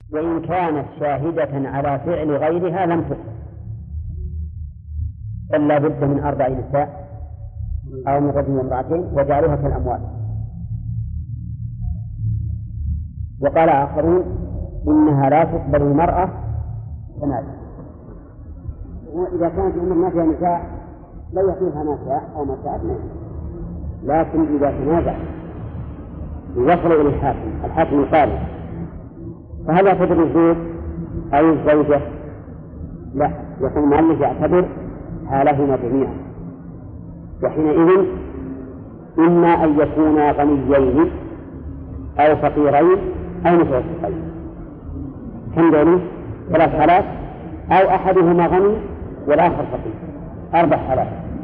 وإن كانت شاهدة على فعل غيرها لم تقبل، بل لا بد من 4 نساء أو من رجل وامرأتين وجعلوها كالأموال. وقال آخرون إنها لا تقبل المرأة تنازع، وإذا كانت الأمر ما فيها نساء لا يعطيها ما شاء أو ما شاء، لكن إذا تنازع يوصل إلى الحاكم القاضي، فهل يعتبر الزوج أو الزوجة؟ لا، يقول المؤلف يعتبر حالهما جميعا، وحينئذ إما أن يكونا غنيين أو فقيرين أو متوسطين، كم دول؟ 3 حالات، أو أحدهما غني والآخر فقير، 4 حالات.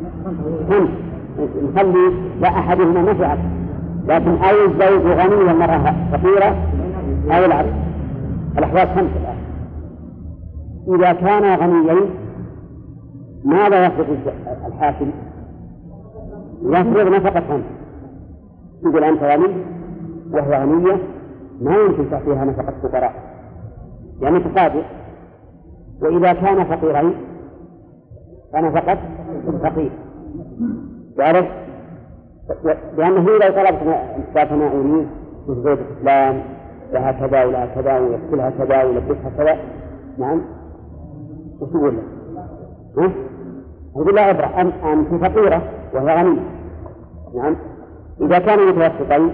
نخلي لا أحدهما ما في عكس، لكن أو الزوج غني والمرأة فقيرة أو العكس، الأحوال 5 الآن. إذا كانا غنيين ماذا يفرض الحاكم؟ يفرض نفقة 5، يقول أنت غني وهي غنية ما يمكن تعطيها نفقة فقراء يعني تقادر. وإذا كان فقيرين فنفقة الفقير، تعرف؟ لأنه لو طلبت إثباتنا أريد زوجة الإسلام لها كذا ولا كذا ويغسلها كذا ويلبسها كذا، نعم، وش يقول له؟ يقول لا عبرة، أنت فقيرة وهي غنية، نعم. إذا كانوا متوسطين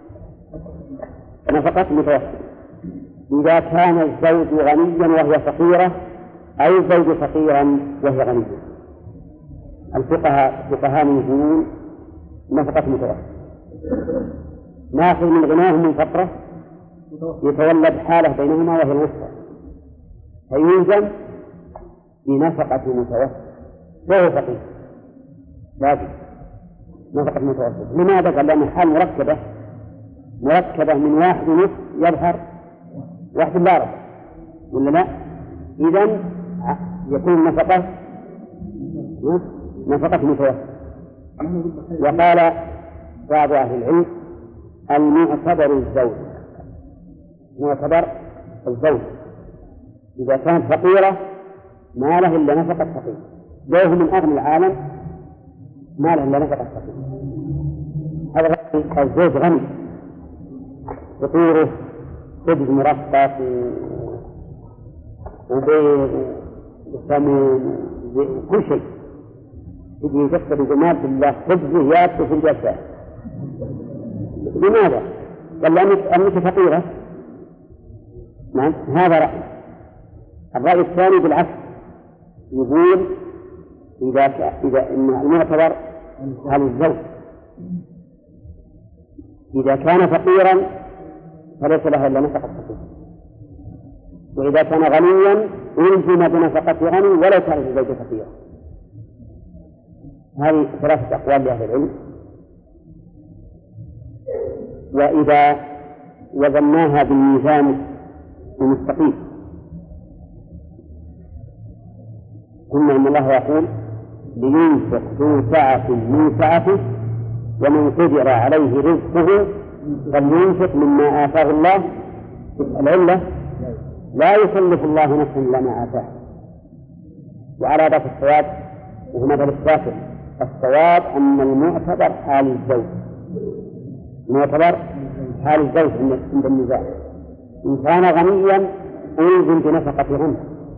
نفقة متوسط. إذا كان الزوج غنيا وهي فقيرة أو الزوج فقيرا وهي غنية، الفقهاء يقولون نفقة متوسط، ناخذ من غناهم من فقرة يتولد حالة بينهما وهي الوسطى، فيلزم بنفقة متوسط وهو فقير، لازم نفقة متوسط. لماذا؟ قال لأن الحال مركبة من 1 ونصف يظهر 1 إلا ربع، ولا لا؟ إذن يكون نفقة متوسط. وقال بعض أهل العلم المعتبر الزوج إذا كانت فقيرة ما له إلا نفقة فقير، لو من أغنى العالم ما له إلا نفقة فقير. هذا الزوج غني فطوره خبز مرقق وبيض وسمن وكل شيء، يجي يكسر جمال بالله خبزه يأكل في الجسد. لماذا؟ قال أنك فقيرة. نعم، هذا رأي. الرأي الثاني بالعكس، يقول إذا إن المعتبر هل الزوج إذا كان فقيرا فليس له إلا نفقة فقير، وإذا كان غنيا ألزم بنفقة غني ولا كانت الزوجة فقيرة. هذه 3 أقوال لأهل العلم. وإذا وزناها بالميزان المستقيم قلنا إن الله يقول لينفق ذو سعة من سعته ومن قدر عليه رزقه فلينفق مما آتاه الله. العلة لا يكلف الله نفسا إلا ما آتاه. وعلى ذات الصواب وهو مذهب الشافعي، الصواب أن المعتبر حال الزوج، عند النزاع. إن كان غنيا ألزم بنفقة غنى،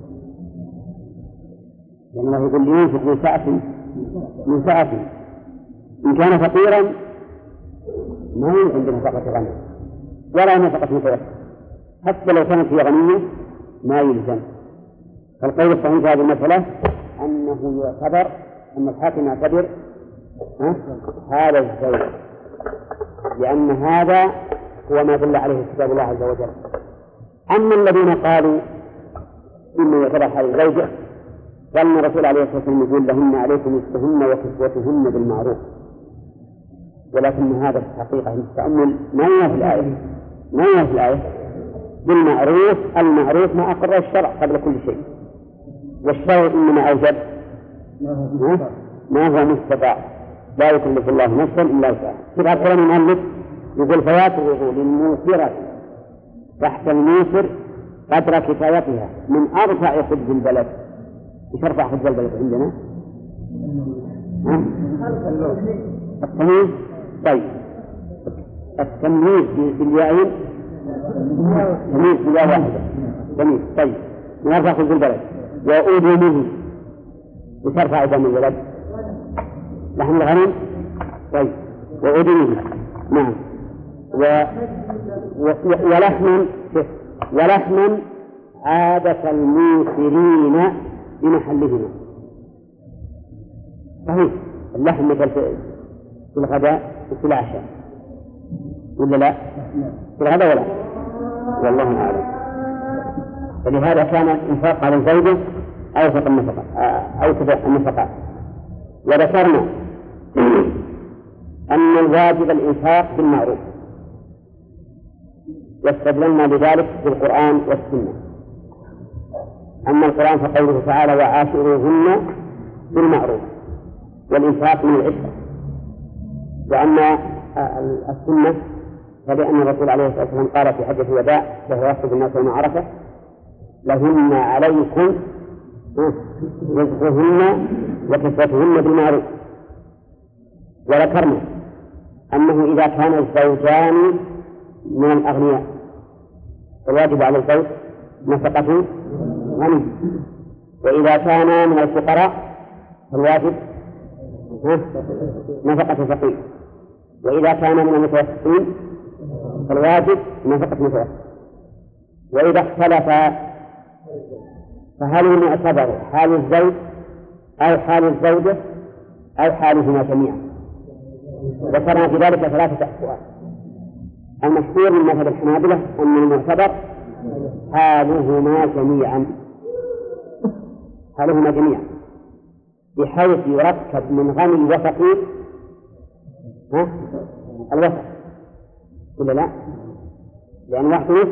لأن الله يقول لينفق ذو سعة من سعته. إن كان فقيرا ما يلزم بنفقة غنى ولا نفقة متوسط، حتى لو كانت هي غنية ما يلزم. فالقول الصحيح في هذه المسألة أنه يعتبر أن الحاكم يعتبر هذا الزوج، لأن هذا هو ما دل عليه كتاب الله عز وجل. أما الذين قالوا إنه يعتبر هذا الزوجة، قال الرسول عليه الصلاة والسلام يقول لهن عليكم رزقهن وكسوتهن بالمعروف، ولكن هذا في الحقيقة التأمل ما هو في الآية بالمعروف. المعروف ما أقر الشرع قبل كل شيء، والشرع إنما أوجب ما هو مستطاع، لا يكلف الله نفسا إلا وسعها. في هذا الكلام المؤلف يقول فياتره للموسرة تحت الموسر قدر كفايتها من أرفع خبز البلد. إيش أرفع خبز البلد عندنا؟ التمييز. طيب التمييز بالياء، تمييز بالياء واحدة، تمييز. طيب من أرفع خبز البلد. وأدمه وترفع دم الولد لحم الغنم. طيب وأدمه نعم. ولحما عادة الموسرين بمحلهما. صحيح اللحم مثل في الغداء وفي العشاء ولا لا؟ في الغداء ولا؟ والله أعلم. فلهذا كان الإنفاق على الزوجة أوسط النفقة أوسط النفقات. وذكرنا أن الواجب الإنفاق بالمعروف، واستدللنا بذلك بالقرآن والسنة. أما القرآن فقوله تعالى وعاشروهن بالمعروف، والإنفاق من العشرة. وأما السنة فلأن الرسول عليه الصلاة والسلام قال في حجة الوداع وهو يخطب الناس يوم عرفة لهن عليكم رزقهن وكسوتهن بالمعروف. وذكرنا أنه إذا كان الزوجان من الأغنياء فالواجب على الزوج نفقة غني، وإذا كان من الفقراء فالواجب نفقة فقير، وإذا كان من المتوسطين فالواجب نفقة متوسط. وإذا اختلف فهل يعتبر حال الزوج أو حال الزوجة أو حالهما جميعا؟ ذكرنا في ذلك ثلاثة أحوال. المشهور من مذهب الحنابلة أن المعتبر حالهما جميعا، حالهما جميعا، بحيث يركب من غني وفقير الوسط ولا لا؟ لأن واحد نصف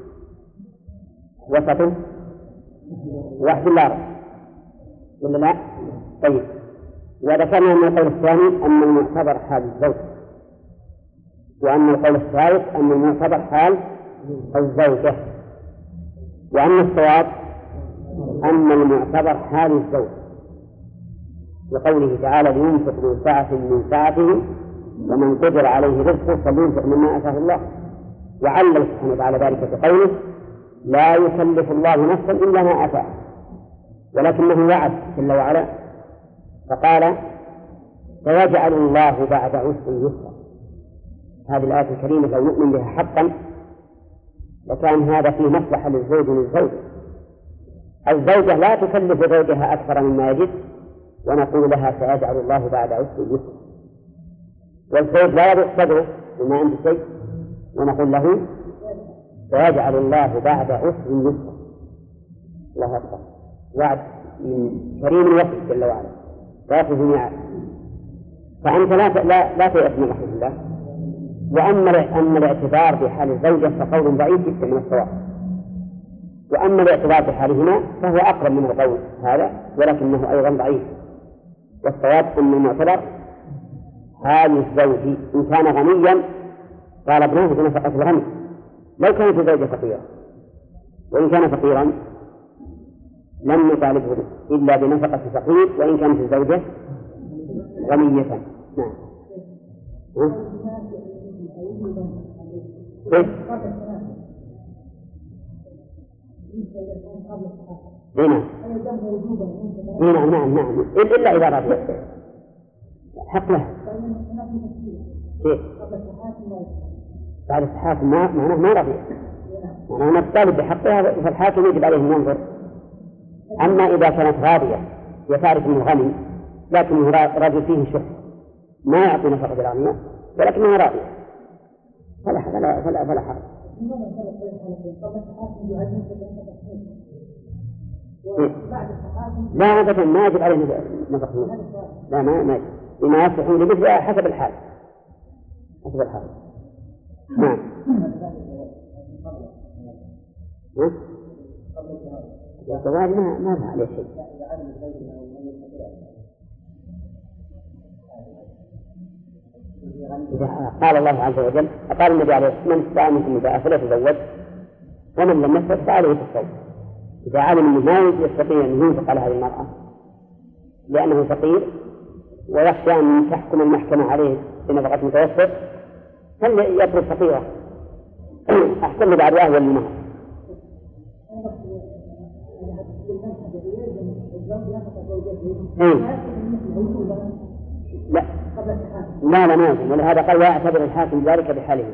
وسط واحد لا ولا لا؟ طيب وذكرنا من القول الثاني أن المعتبر حال الزوج، وأن القول الثالث أن المعتبر حال الزوجة، وأن الصواب أن المعتبر حال الزوج، لقوله تعالى لينفق ذو سعة من سعته ومن قدر عليه رزقه فلينفق مما آتاه الله. وعلل سبحانه وتعالى ذلك بقوله لا يكلف الله نفسا إلا ما آتاه، ولكنه وعد جل وعلا فقال سيجعل الله بعد عسر يسرا. هذه الآية الكريمة لو نؤمن بها حقا لكان هذا فيه مصلحة للزوج وللزوجة. الزوجة لا تكلف زوجها أكثر مما يجب ونقول لها سيجعل الله بعد عسر يسرا، والزوج لا يضيق صدره وما عنده شيء ونقول له سيجعل الله بعد عسر يسرا. الله أكبر، وعد من كريم الوفي جل وعلا لا يخلف الميعاد. فأنت لا تيأس من رحمة الله. وأما الاعتبار بحال الزوجة فقول ضعيف جدا من الصواب، وأما الاعتبار بحالهما فهو أقرب من القول هذا ولكنه أيضا ضعيف. والصواب أن المعتبر حال الزوج إن كان غنيا طالبناه بنفقة الغني لو كانت الزوجة فقيرة، وإن كان فقيرا لم نطالبه إلا بنفقة فقير وإن كانت الزوجة غنية. نعم. نعم إلا إذا رضي حق له. بعد التحاكم معناه ما رضي، معناه نطالب بحقها فالحاكم يجب عليه أن ينظر. أما إذا كانت راضية يتعرف أنه غني لكنه رجل فيه شح ما يعطي نفقة الأغنياء ولكنها راضية فلا حرج. لا أبدا ما يجب عليه نفقة، لا ما يجب، لما يصلحون لمثل حسب الحال. نعم. الزواج ما لها عليه شيء. إذا قال الله عز وجل قال النبي عليه الصلاة والسلام من استطاع منكم الباءة فليتزوج ومن لم يفرض فعليه الصوم. إذا علم أنه ما يستطيع أن ينفق على هذه المرأة لأنه فقير ويخشى أن تحكم المحكمة عليه بنفقة متوسط فليطلب فقيرة أحسن له بعد وهو المهر. لا ما يلزم، ولهذا قال لا يعتبر الحاكم ذلك بحاله.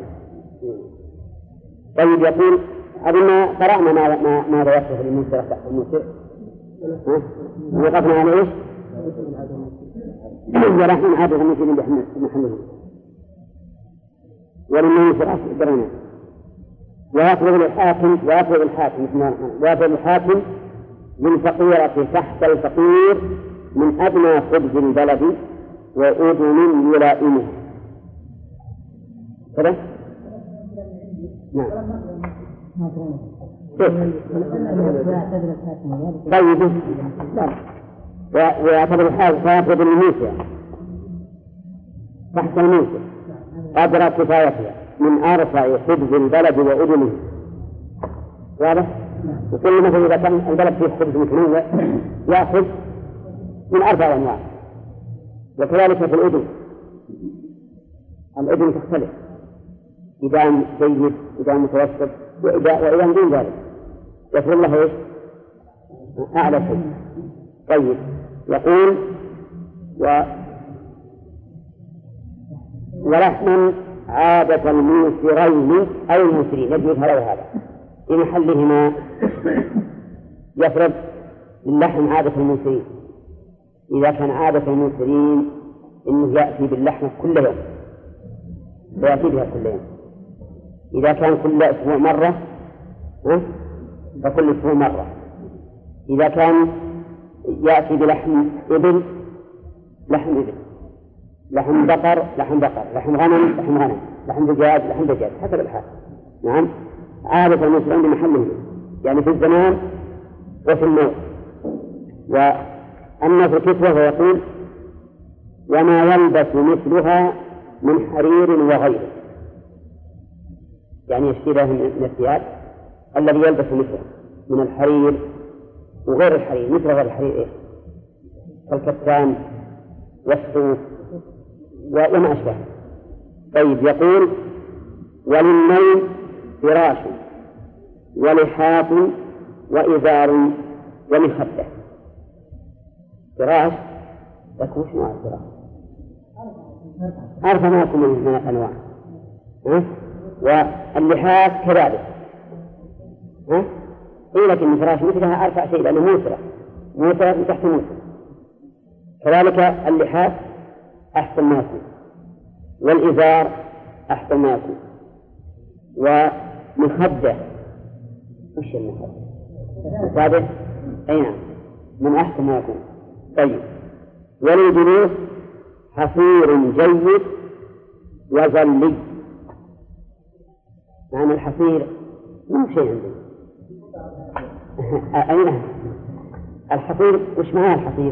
طيب يقول أظن قرأنا ماذا يصلح للموسر وقفنا على إيش؟ ولحن عاد غمسين بمحله وللموسر أصدرنا ويطلب الحاكم للفقيرة تحت الفقير من أدنى خبز البلد وأذن يلائمه كذا؟ نعم. طيب ويعتبر الحاكم فيطلب الموسى تحت الموسى قدر كفايتها من أرفع خبز البلد وأذنه. واضح؟ وكل مثل إذا كان البلد فيه خبز متنوع يأخذ من أربع أنواع. وكذلك في الأذن تختلف إذا جيد إذا متوسط وإذا دون ذلك يفرض له إيش؟ أعلى شيء. طيب يقول ولحما عادة الموسرين أو الموسرين يجوز هذا وهذا في محلهما. يفرض اللحم عادة الموسرين إذا كان عادة الموسرين إنه يأتي باللحمة كل يوم ويأتي بها كل يوم. إذا كان كل أسبوع مرة فكل أسبوع مرة. إذا كان يأتي بلحم إبل لحم إبل، لحم بقر لحم بقر، لحم غنم لحم غنم، لحم دجاج لحم دجاج حسب الحال. نعم عادة الموسرين بمحلهم يعني في الزمان وفي النوع. وأما في الكسوة فيقول وما يلبس مثلها من حرير وغيره، يعني يشتريه من الثياب الذي يلبس مثله من الحرير وغير الحرير. مثل غير الحرير إيه؟ الكتان والصوف وما أشبه. طيب يقول وللنوم فراش ولحاف وإزار ومخدة. فراش يكون شنو الفراش؟ أرفع ما يكون من الأنواع. واللحاف كذلك. لكن الفراش مثلها أرفع شيء لأنه موسرة من تحت موسرة. كذلك اللحاف أحسن ما يكون والإزار أحسن ما يكون. ومخدة وش المخدة؟ مخدة أي نعم من أحسن ما يكون. طيب وللجلوس حصير جيد وظلي. معنى الحصير مو شيء عندي. أي نعم الحصير وش معنى الحصير؟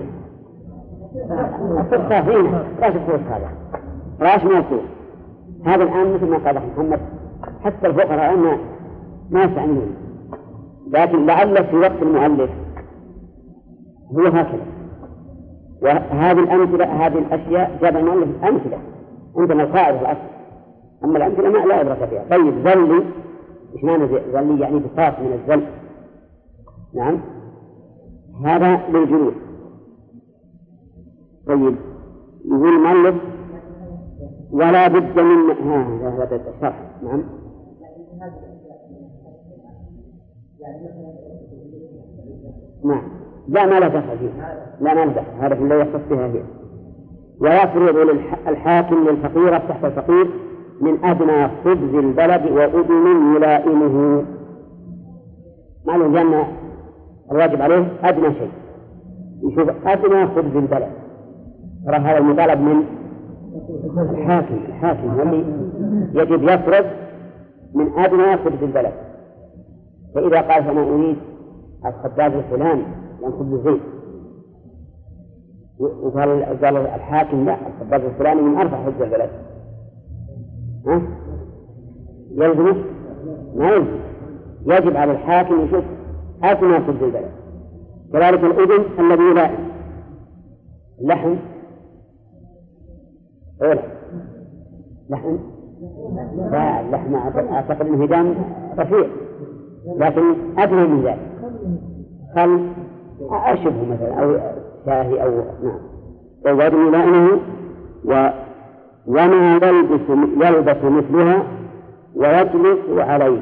الصفة هنا راش الفوس هذا راش موصول. هذا الآن مثل ما قال محمد حتى الفقراء ما يستعملون، لكن لعل في وقت المؤلف هو هكذا. وهذه الأمثلة هذه الأشياء جاب المؤلف أمثلة عندنا القاعدة الأصل، أما الأمثلة ما لا عبرة بها. طيب ذلي إيش معنى ذلي؟ يعني بساط من الذل. نعم هذا للجلوس. طيب يقول المؤلف ولا بد من هذا الشرح. نعم نعم لا ما لا دخل فيه، لا ما لا دخل، هذا لا يختص بها هي. ويفرض الحاكم للفقيرة تحت الفقير من أدنى خبز البلد وأذن يلائمه. معلوم لأن الواجب عليه أدنى شيء، يشوف أدنى خبز البلد. ترى هذا المطالب من الحاكم واللي يجب يفرض من أدنى خبز البلد. فإذا قال فأنا أريد الخباز الفلاني لأن خبز الزيت، وقال الحاكم لا الخباز الفلاني من أرفع خبز البلد، يلزمه؟ ما يلزم، يجب على الحاكم يشوف أثنى في البلد. كذلك الأذن الذي يلائم اللحم أولا لحم لا اللحم أعتقد أنه دم رفيع لكن أدنى من ذلك خل أشبه مثلا أو شاهي أو نعم وغير يلائمه وما يلبس مثلها ويجلس عليه.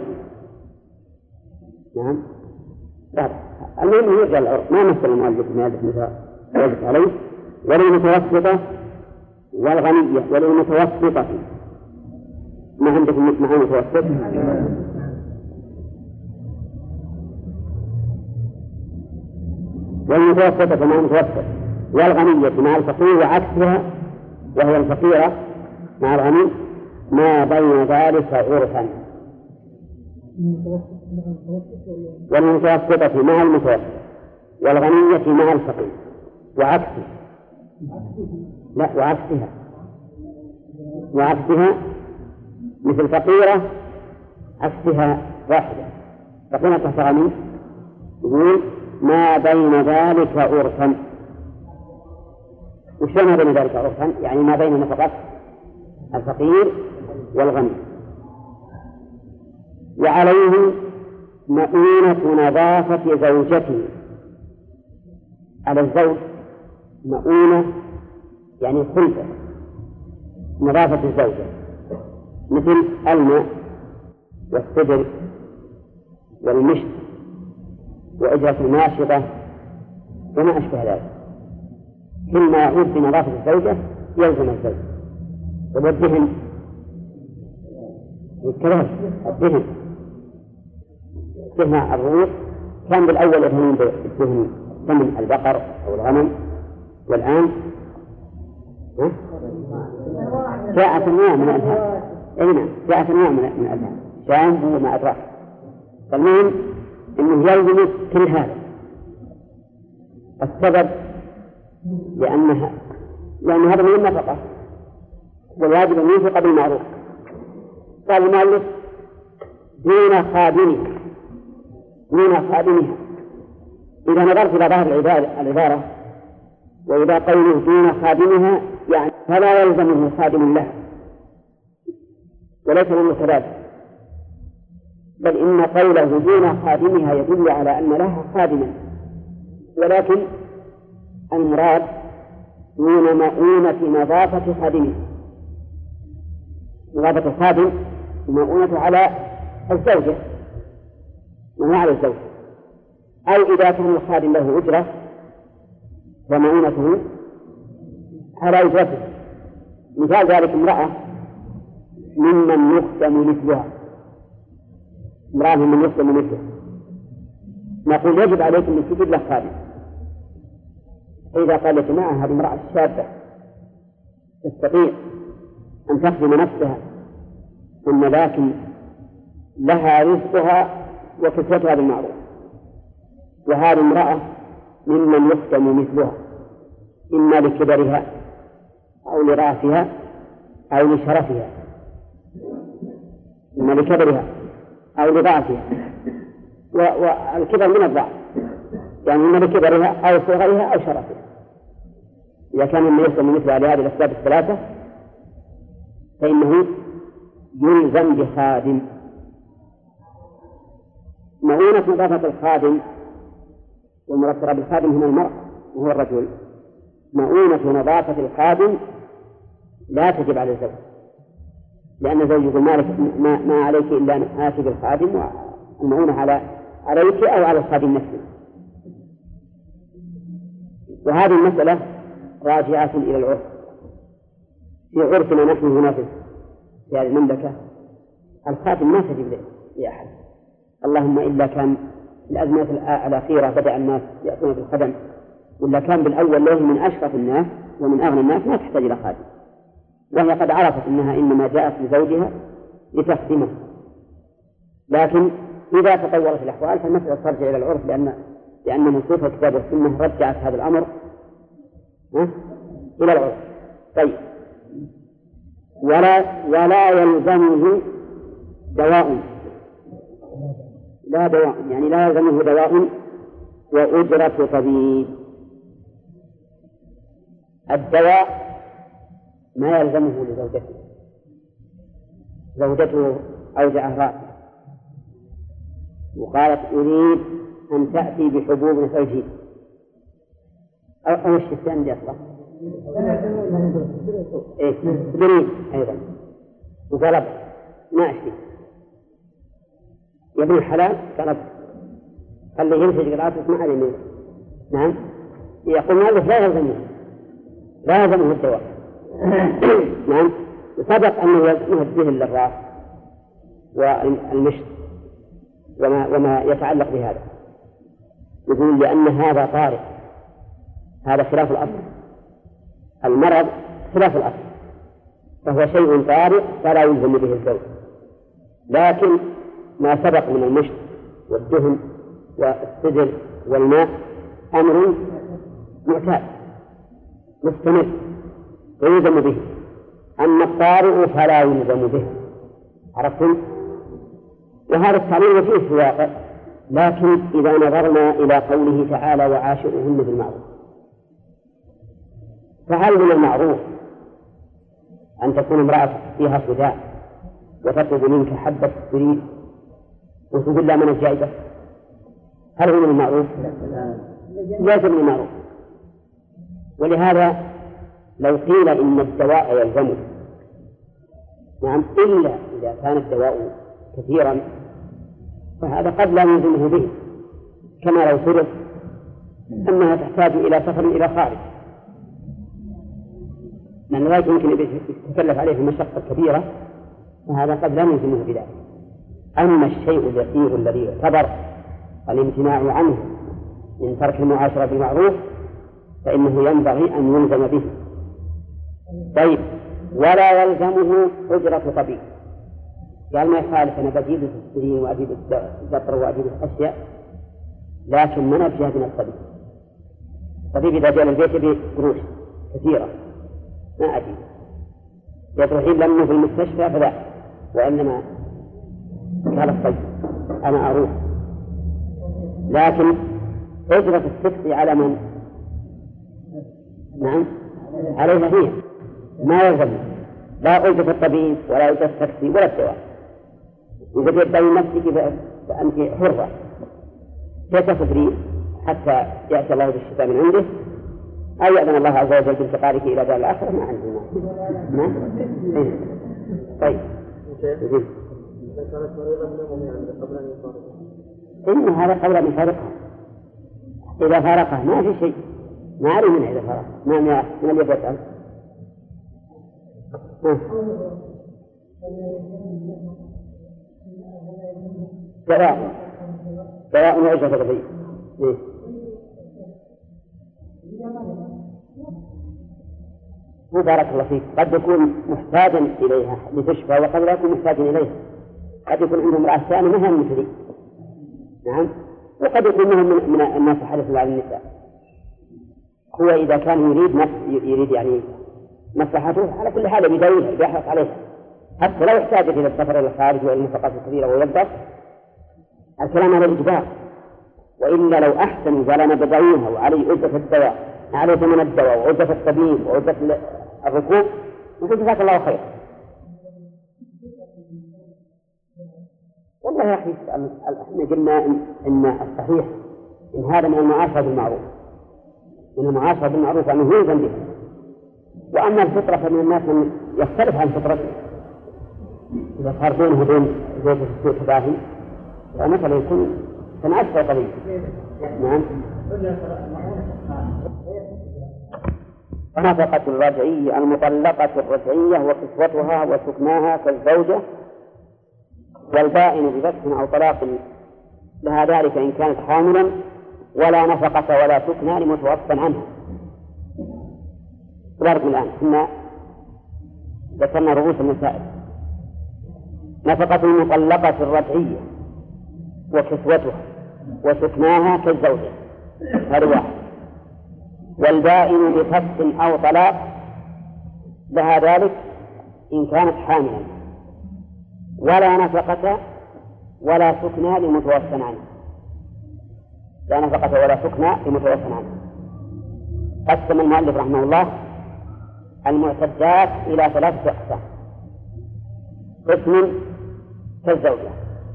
نعم المهم يرجع العرف ما مثل المؤلف ما يلبس مثلها ويجلس عليه وللمتوسطة والغنية وللمتوسطة. ما عندكم معنى متوسط؟ والمتوسطة مع المتوسط والغنية مع الفقير وعكسها وهي الفقيرة مع الغني ما بين ذلك عرفا. والمتوسطة مع المتوسط والغنية مع الفقير وعكسها لا وعكسها مثل فقيرة عكسها واحدة فقيرة تحت غني يقول ما بين ذلك عرفا. وش ما بين ذلك عرفا؟ يعني ما بين نفقة الفقير والغني. وعليه مؤونة نظافة زوجته. على الزوج مؤونة يعني خلفة نظافة الزوجة مثل الماء والسدر والمشط وإجرة الماشطة وما أشبه ذلك. كل ما يعود بنظافة الزوجة يلزم الزوج. والدهن كذلك الدهن دهن الرؤوس كان بالأول يدهنون بالدهن ثمن البقر أو الغنم والآن جاءت أنواع من الألهام. أين جاءت أنواع من الألهام شامبو وما أدراك. فالمهم أنه يلزم كل هذا. السبب لأن هذا من النفقة والواجب أن ينفق بالمعروف. قال المؤلف دون خادمها. إذا نظرت إلى ظاهر العبارة وإذا قوله دون خادمها يعني فلا يلزمه خادم لها وليس من كذلك، بل إن قوله دون خادمها يدل على أن لها خادما، ولكن المراد دون مؤونة نظافة خادمه. نظافة الخادم مؤونة على الزوجة وما على الزوج، أو إذا كان الخادم له أجرة ومؤونته على أجرته. مثال ذلك امرأة ممن يخدم مثلها، امرأة ممن يخدم مثلها، نقول يجب عليكم أن تجد له خادم. إذا قال يا جماعة هذه امرأة شابة تستطيع أن تخدم نفسها ثم لكن لها رزقها وكسوتها بالمعروف، وهذه امرأة ممن يخدم مثلها إما لكبرها أو لرأسها أو لشرفها، إما لكبرها أو لضعفها، والكبر من الضعف يعني إما لكبرها أو صغرها أو شرفها. إذا كان من يخدم مثلها لهذه الأسباب الثلاثة فإنه يلزم بخادم. مؤونة نظافة الخادم والمرتبة بالخادم هنا المرء وهو الرجل. مؤونة نظافة الخادم لا تجب على الزوج، لأن الزوج يقول ما عليك إلا أن آتي بالخادم، والمؤونة عليك أو على الخادم نفسه. وهذه المسألة راجعة إلى العرف. في عرفنا نحن هنا في هذه المملكة الخادم ما تجب لأحد، اللهم إلا كان الأزمات الأخيرة بدأ الناس يأتون بالخدم، ولا كان بالأول له من أشرف الناس ومن أغنى الناس ما تحتاج إلى خادم، وهي قد عرفت أنها إنما جاءت لزوجها لتخدمه. لكن إذا تطورت الأحوال فالمسألة ترجع إلى العرف، لأن نصوص الكتاب والسنة رجعت هذا الأمر إلى العرف. طيب، ولا يلزمه دواء. لا دواء، يعني لا يلزمه دواء وأجرة طبيب. الدواء ما يلزمه لزوجته، زوجته أوجعه رأسه وقالت أريد أن تأتي بحبوب ثلجي أو الشفتان دي أصلا بريد أيضا، وطلب ما أشتي يا ابن الحلال طلب قال لي يمسك رأسك ما عليه منه. نعم يقول مالك لا يلزمه الدواء. نعم سبق أنه يلزمه الدهن للرأس والمشط وما يتعلق بهذا، يقول لأن هذا طارئ، هذا خلاف الأصل، المرض خلاف الأصل فهو شيء طارئ فلا يلزم به الزوج. لكن ما سبق من المشط والدهن والسدر والماء أمر معتاد مستمر ويلزم به، أما الطارئ فلا يلزم به. عرفتم؟ وهذا التعليل فيه في الواقع، لكن إذا نظرنا إلى قوله تعالى وعاشرهن بالمعروف، فهل من المعروف أن تكون امرأة فيها صداع وتطلب منك حبة بريد وتقول لا من الجائزة؟ هل هو من المعروف؟ ليس من المعروف. ولهذا لو قيل إن الدواء يلزمه، نعم، إلا إذا كان الدواء كثيرا فهذا قد لا يلزمه به، كما لو فرض أنها تحتاج إلى سفر إلى خارج، من ذلك يمكن يتكلف عليه المشقة الكبيرة، فهذا قد لا يلزمه بذلك. أما الشيء اليسير الذي يعتبر الامتناع عنه من ترك المعاشرة بالمعروف فإنه ينبغي أن يلزم به. طيب، ولا يلزمه أجرة طبيب، قال ما يخالف أنا بجيب السرين وأجيب الدطر وأجيب الأشياء، لكن من أبجه من الطبيب. الطبيب إذا جاء البيت بقروش كثيرة ما أجيب، يتروحين لمه في المستشفى فلا، وإنما قال الطبيب أنا أروح. لكن أجرة السكس على من؟ نعم عليها هي، ما يلزم لا أجرة الطبيب ولا أجرة السكس ولا الدواء. إذا تبين نفسك فأنت حرة تسافرين حتى يأتي الله بالشفاء من عنده أو يأذن الله عز وجل بانتقالك إلى دار الآخرة، ما عندنا ما. طيب كانت مريضة منهم يعني قبل أن يفارقها. إن هذا قبل أن يفارقها، إذا فارقها ما في شيء، ما عليه منها إذا فارقها، ما من اليد يفعل. دواء وأجرة طبيب. بارك الله فيك، قد يكون محتاجا إليها لتشفى وقد لا يكون محتاجا إليها، قد يكون عنده امرأة ثانية ما هي مثلي، نعم، وقد يكون من الناس حدثوا على النساء. هو إذا كان يريد يعني مصلحته على كل حال يداويها يحرص عليها، حتى لو احتاجت إلى السفر إلى الخارج وإلى النفقات الكثيرة ويبدأ الكلام على الإجبار. وإلا لو أحسن قال أنا بداويها وعلي أجرة الدواء، عليه ثمن الدواء وأجرة الطبيب وأجرة الركوب، وقلت جزاك الله خير. والله يا أخي احنا قلنا إن الصحيح إن هذا من المعاشرة بالمعروف، من المعاشرة بالمعروف أنه يلزم به. وأما الفطرة فمن الناس من يختلف عن فطرته، إذا صار بينه وبين زوجته سوء تباهي فمثلا يكون تنعشر قضية. نعم. نفقة الرجعية المطلقة الرجعية وكسوتها وسكناها كالزوجة والبائن بفتح أو طلاق لها ذلك إن كانت حاملا، ولا نفقة ولا سكنى لمتوفى عنها. بارك الآن كنا ذكرنا رؤوس المسائل. نفقة المطلقة الرجعية وكسوتها وسكناها كالزوجة، هذا واحد. والبائن بفتح أو طلاق لها ذلك إن كانت حاملا، ولا نفقة ولا سكنى لمتوفى عنه، لا نفقة ولا سكنى لمتوفى عنه. قسم المؤلف رحمه الله المعتدات إلى 3 أقسام: قسم كالزوجة،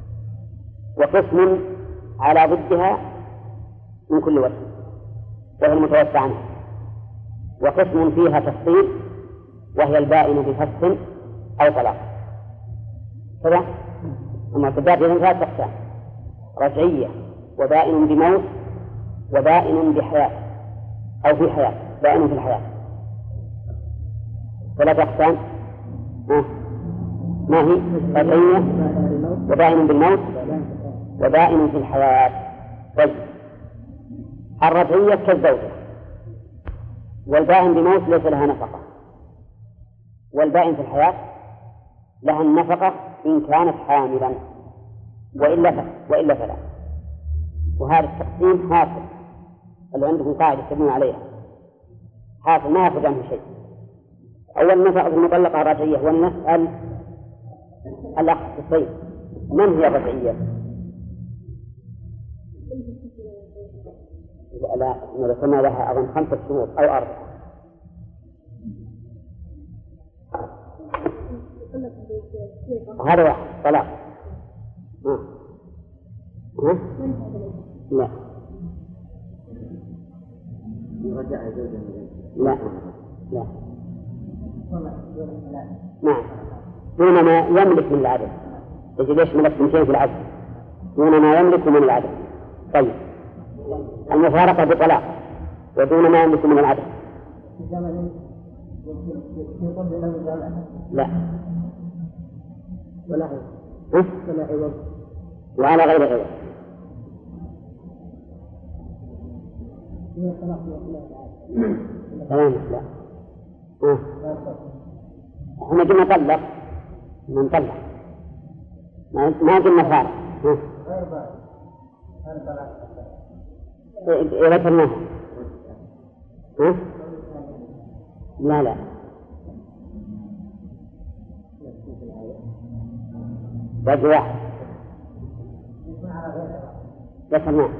وقسم على ضدها من كل وجه وهي المتوفى عنها، وقسم فيها تفصيل وهي البائن بفسخ أو طلاق. كذا المعتدات إذن 3 أقسام: رجعية، وبائن بموت، وبائن بحياة أو في حياة، بائن في الحياة. 3 أقسام ما هي؟ رجعية، وبائن بالموت، وبائن في الحياة. طيب، الرجعية كالزوجة، والبائن بموت ليس لها نفقة، والبائن في الحياة لها النفقة إن كانت حاملا، وإلا فلا. وهذا التقسيم حاصل، اللي عندكم قاعدة تبنون عليها حاصل ما يخرج عنه شيء. أول نفقة المطلقة الرجعية، ونسأل الأخ السيد من هي الرجعية؟ لا ذكرنا لها أظن 5 شهور أو 4. هذا واحد طلاق. لا لا لا نعم، دون ما يملك من العدد. يجب ليش ملك 200 في العدد دون ما يملك من العدد. طيب، المفارقة بطلاق ودون ما يملك من العدد. لا ولا عوض، وعلى غير عوض. تمام. لا احنا قلنا طلق، من طلق ما قلنا فارق. إذا ذكرناها لا وجه واحد ذكرناه.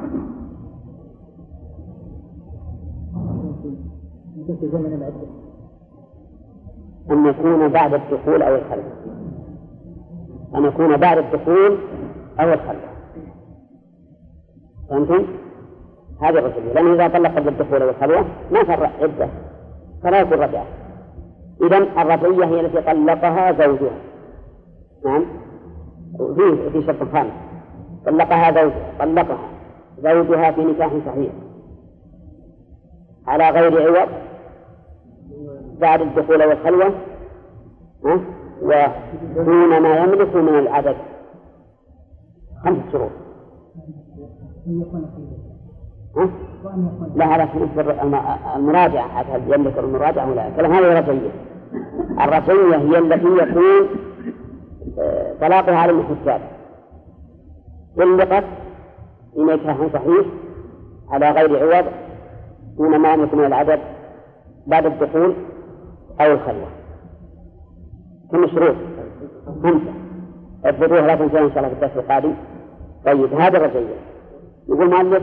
أن يكون بعد الدخول أو الخلوة، أن يكون بعد الدخول أو الخلوة. فهمتم؟ هذه الرجل، لأنه إذا طلق قبل الدخول أو الخلوة ما فرق عدة فلا يكون رجعة. إذن الرجعية هي التي طلقها زوجها. نعم، في شرط خامس: طلقها زوجها في نكاح صحيح على غير عوض بعد الدخول والخلوة، ودون ما يملك من العدد. 5 شروط. لا، هذا المراجعة، هذا يملك المراجعة ولا كلام. هذه الرجعية. الرجعية هي التي يكون طلاقها على المحجات، طلقت في نكاح صحيح على غير عوض دون ما يملك من العدد بعد الدخول أو الخلوة. كم شروط؟ 5. اضبطوها لا تنسوا إن شاء الله في الدرس القادم. طيب، هذا الرجعية. يقول مؤلف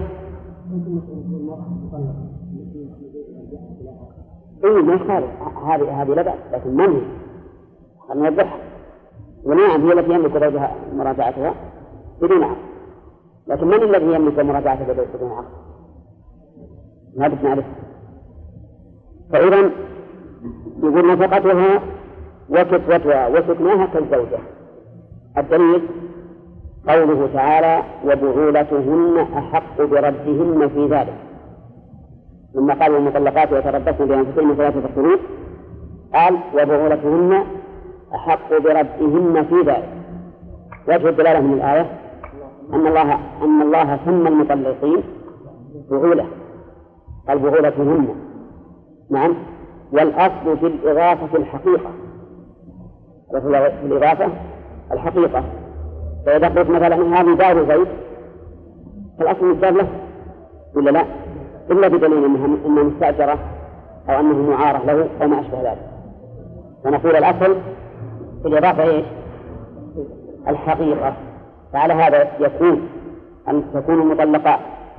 ما يخالف هذه لا بأس، لكن من هي؟ خلنا نوضحها. ونعم هي التي يملك زوجها مراجعتها بدون عقد، لكن من الذي يملك مراجعتها بدون عقد؟ هذا نعرف. فإذا يقول نفقتها وكسوتها وسكناها كالزوجة. الدليل قوله تعالى: وبعولتهن أحق بردهن في ذلك. لما قال المطلقات يتربصن بأنفسهن 3 قروء، قال وبعولتهن أحق بردهن في ذلك. وجه الدلالة من الآية أن الله سمى المطلقين بعولة، قال بعولتهن. نعم، والأصل في الإضافة الحقيقة، في الإضافة الحقيقة. فإذا قلت مثلا هذه دار زيد فالأصل الدار له ولا لا؟ إلا بدليل أنها مستأجرة أو أنه معارة له أو ما أشبه ذلك. فنقول الأصل في الإضافة إيش؟ الحقيقة. فعلى هذا يكون أن تكون المطلقات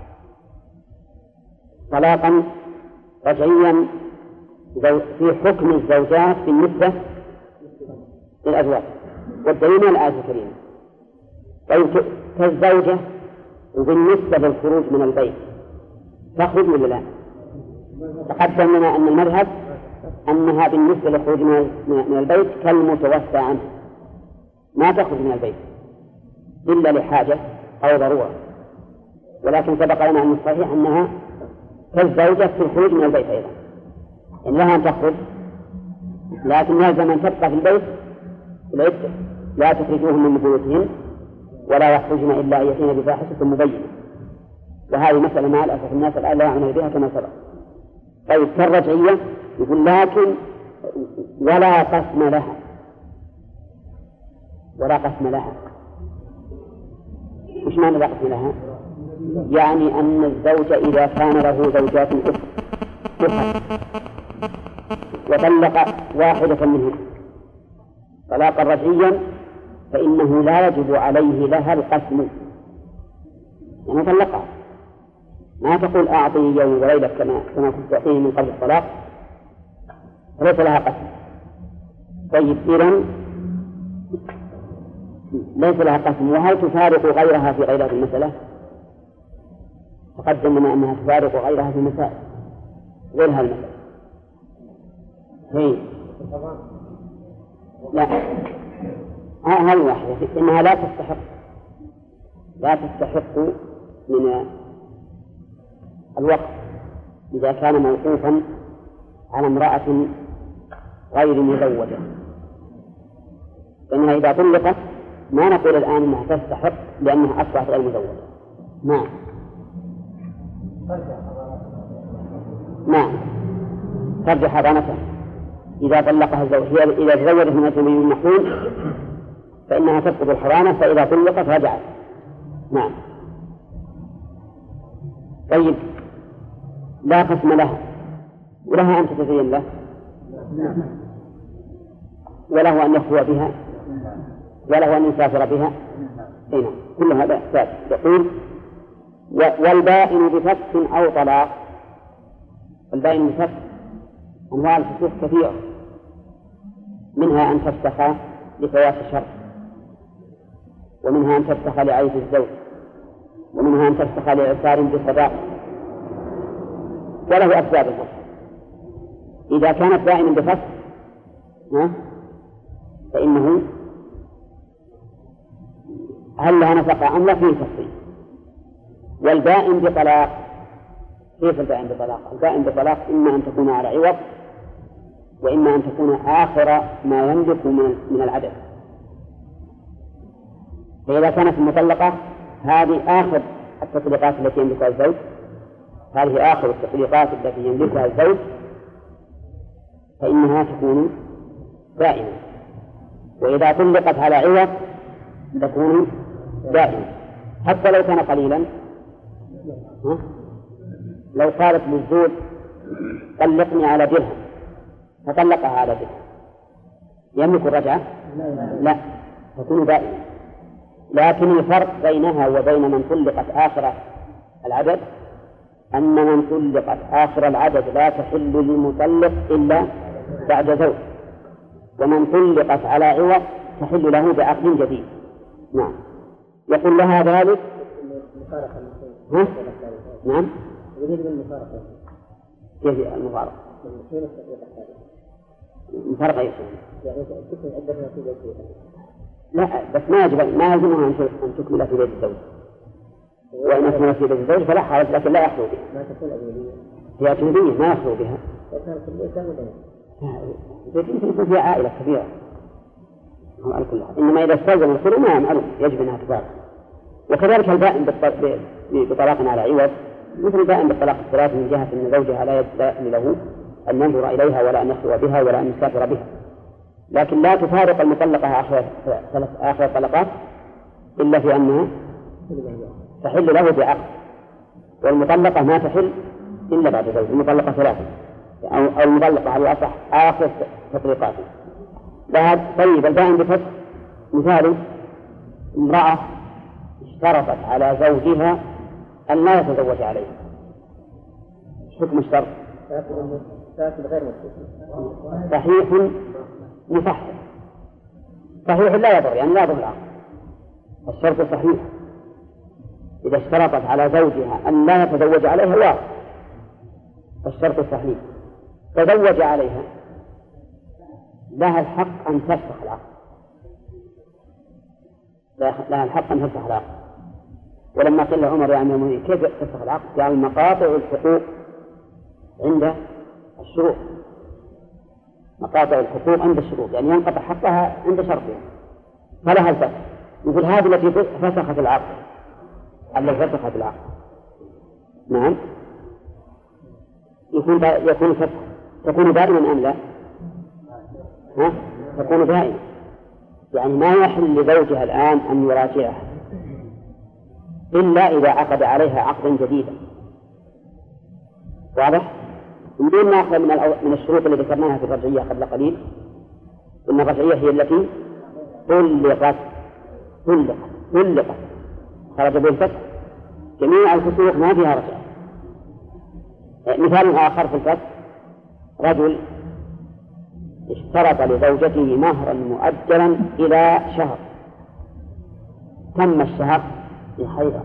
طلاقا رجعيا في حكم الزوجات بالنسبة للأزواج، والدليل من الآية الكريمة. طيب كالزوجة وبالنسبة للخروج من البيت تخرج ولا لا؟ تقدم لنا أن المذهب أنها بالنسبة للخروج من البيت كالمتوفى عنه، ما تخرج من البيت إلا لحاجة أو ضرورة، ولكن سبق لنا أن الصحيح أنها كالزوجة في الخروج من البيت أيضا، إن لها أن تخرج لكن يلزم أن تبقى في البيت العدة، لا تخرجوهم من بيوتهن ولا يخرجن إلا أن يأتين بفاحشة مبينة، وهذه مسألة مع الأسف الناس الآن لا يعنون بها كما سبق. طيب كالرجعية يقول لكن ولا قسم لها، ولا قسم لها. وش معنى لا قسم لها؟ يعني أن الزوج إذا كان له زوجات أخرى وطلق واحدة منهن طلاقا رجعيا فإنه لا يجب عليه لها القسم، يعني طلقها، ما تقول أعطي يوم وليلة كما كنت تعطيه من قبل الطلاق، فليس لها قسم. طيب إذن ليس لها قسم، وهل تفارق غيرها في غير هذه المسألة؟ تقدم لنا أنها تفارق غيرها في مسائل غير هذه المسألة. هي لا هذه واحدة، إنها لا تستحق من الوقت إذا كان موقوفا على امرأة غير مزوجة، فإنها إذا طلقت ما نقول الآن أنها تستحق لأنها أصبحت غير مزوجة. نعم ترجع حضانتها إذا طلقها الزوج، هي إذا تزوجت من أجنبي محرم فإنها تسقط الحضانة، فإذا طلقت رجعت. نعم. طيب لا قسم لها ولها أن تتزين له وله أن يخلو بها وله أن يسافر بها، هنا كل هذا ثابت. يقول والبائن بفسخ أو طلاق. البائن بفسخ أنواع الفسوق كثيرة، منها أن تفسخ لفوات الشرط، ومنها أن تفسخ لعيب الزوج، ومنها أن تفسخ لإعسار بالصداق، وله أسباب الفسخ. إذا كانت بائن بفسخ فإنه هل لها نفقة أم لا؟ فيه تفصيل. والبائن بطلاق، كيف البائن بطلاق؟ البائن بطلاق إما أن تكون على عوض، وإما أن تكون آخر ما يملك من العدد. فإذا كانت المطلقة هذه آخر التطليقات التي يملكها الزوج، هذه آخر التطليقات التي يملكها الزوج، فإنها تكون دائمة. وإذا طلقت على عوض تكون دائمة حتى لو كان قليلا. لو قالت للزوج طلقني على درهم فطلقها على درهم، يملك الرجعة؟ لا، تكون دائمة. لكن الفرق بينها وبين من طلقت آخر العدد أن من طلقت آخر العدد لا تحل للمطلق إلا بعد زوج، ومن طلقت على عوض تحل له بعقد جديد. نعم. يقول لها ذلك. نعم. كيف المفارقة؟ المفارقة لا، بس ما يلزمها أن تكمل في بيت الزوج، وإن أكمل في بيت الزوج فلا حرج، لكن لا يخلو بها. ما تكون أجنبية؟ هي أجنبية ما يخلو بها. يكون فيها عائلة كبيرة على كل حال. إنما إذا استلزم الخلو ما معلوم يجب أنها تفارق. وكذلك البائن بطلاق على عوض مثل البائن بالطلاق الثلاث، من جهة أن زوجها لا يحل له أن ينظر إليها ولا أن يخلو بها ولا أن يسافر بها، لكن لا تفارق المطلقة آخر الطلقات إلا في أنها تحل له بعقد، والمطلقة ما تحل إلا بعد زوج. المطلقة ثلاثة أو المطلقة على الأصح آخر تطليقاته. طيب البائن بفتح مثال امرأة اشترطت على زوجها أن لا يتزوج عليها، حكم الشرط صحيح مصحح، صحيح لا يضر، يعني لا يضر العقل. الشرط صحيح إذا اشترطت على زوجها أن لا يتزوج عليها واضح، الشرط صحيح. تزوج عليها لها الحق أن تفسخ العقد، لها الحق أن تفسخ العقد. ولما قيل عمر يا أمير المؤمنين كيف تفسخ العقد؟ قال مقاطع الحقوق عند الشروط، مقاطع الحقوق عند الشروط، يعني ينقطع حقها عند شرطها فلها الفسخ. مثل هذه التي فسخت العقد، التي فسخت العقد نعم يكون فسخ، تكون دائما أم لا؟ تكون دائما، يعني ما يحل لزوجها الآن أن يراجعها إلا إذا عقد عليها عقدا جديدا، واضح؟ بدون ما أخذ من الشروط اللي ذكرناها في الرجعية قبل قليل، إن الرجعية هي التي طلقت خرج بالفسخ، جميع الفسوق ما فيها رجعة. مثال آخر في الفسخ، رجل اشترط لزوجته مهرا مؤجلا إلى شهر، تم الشهر بحيضة،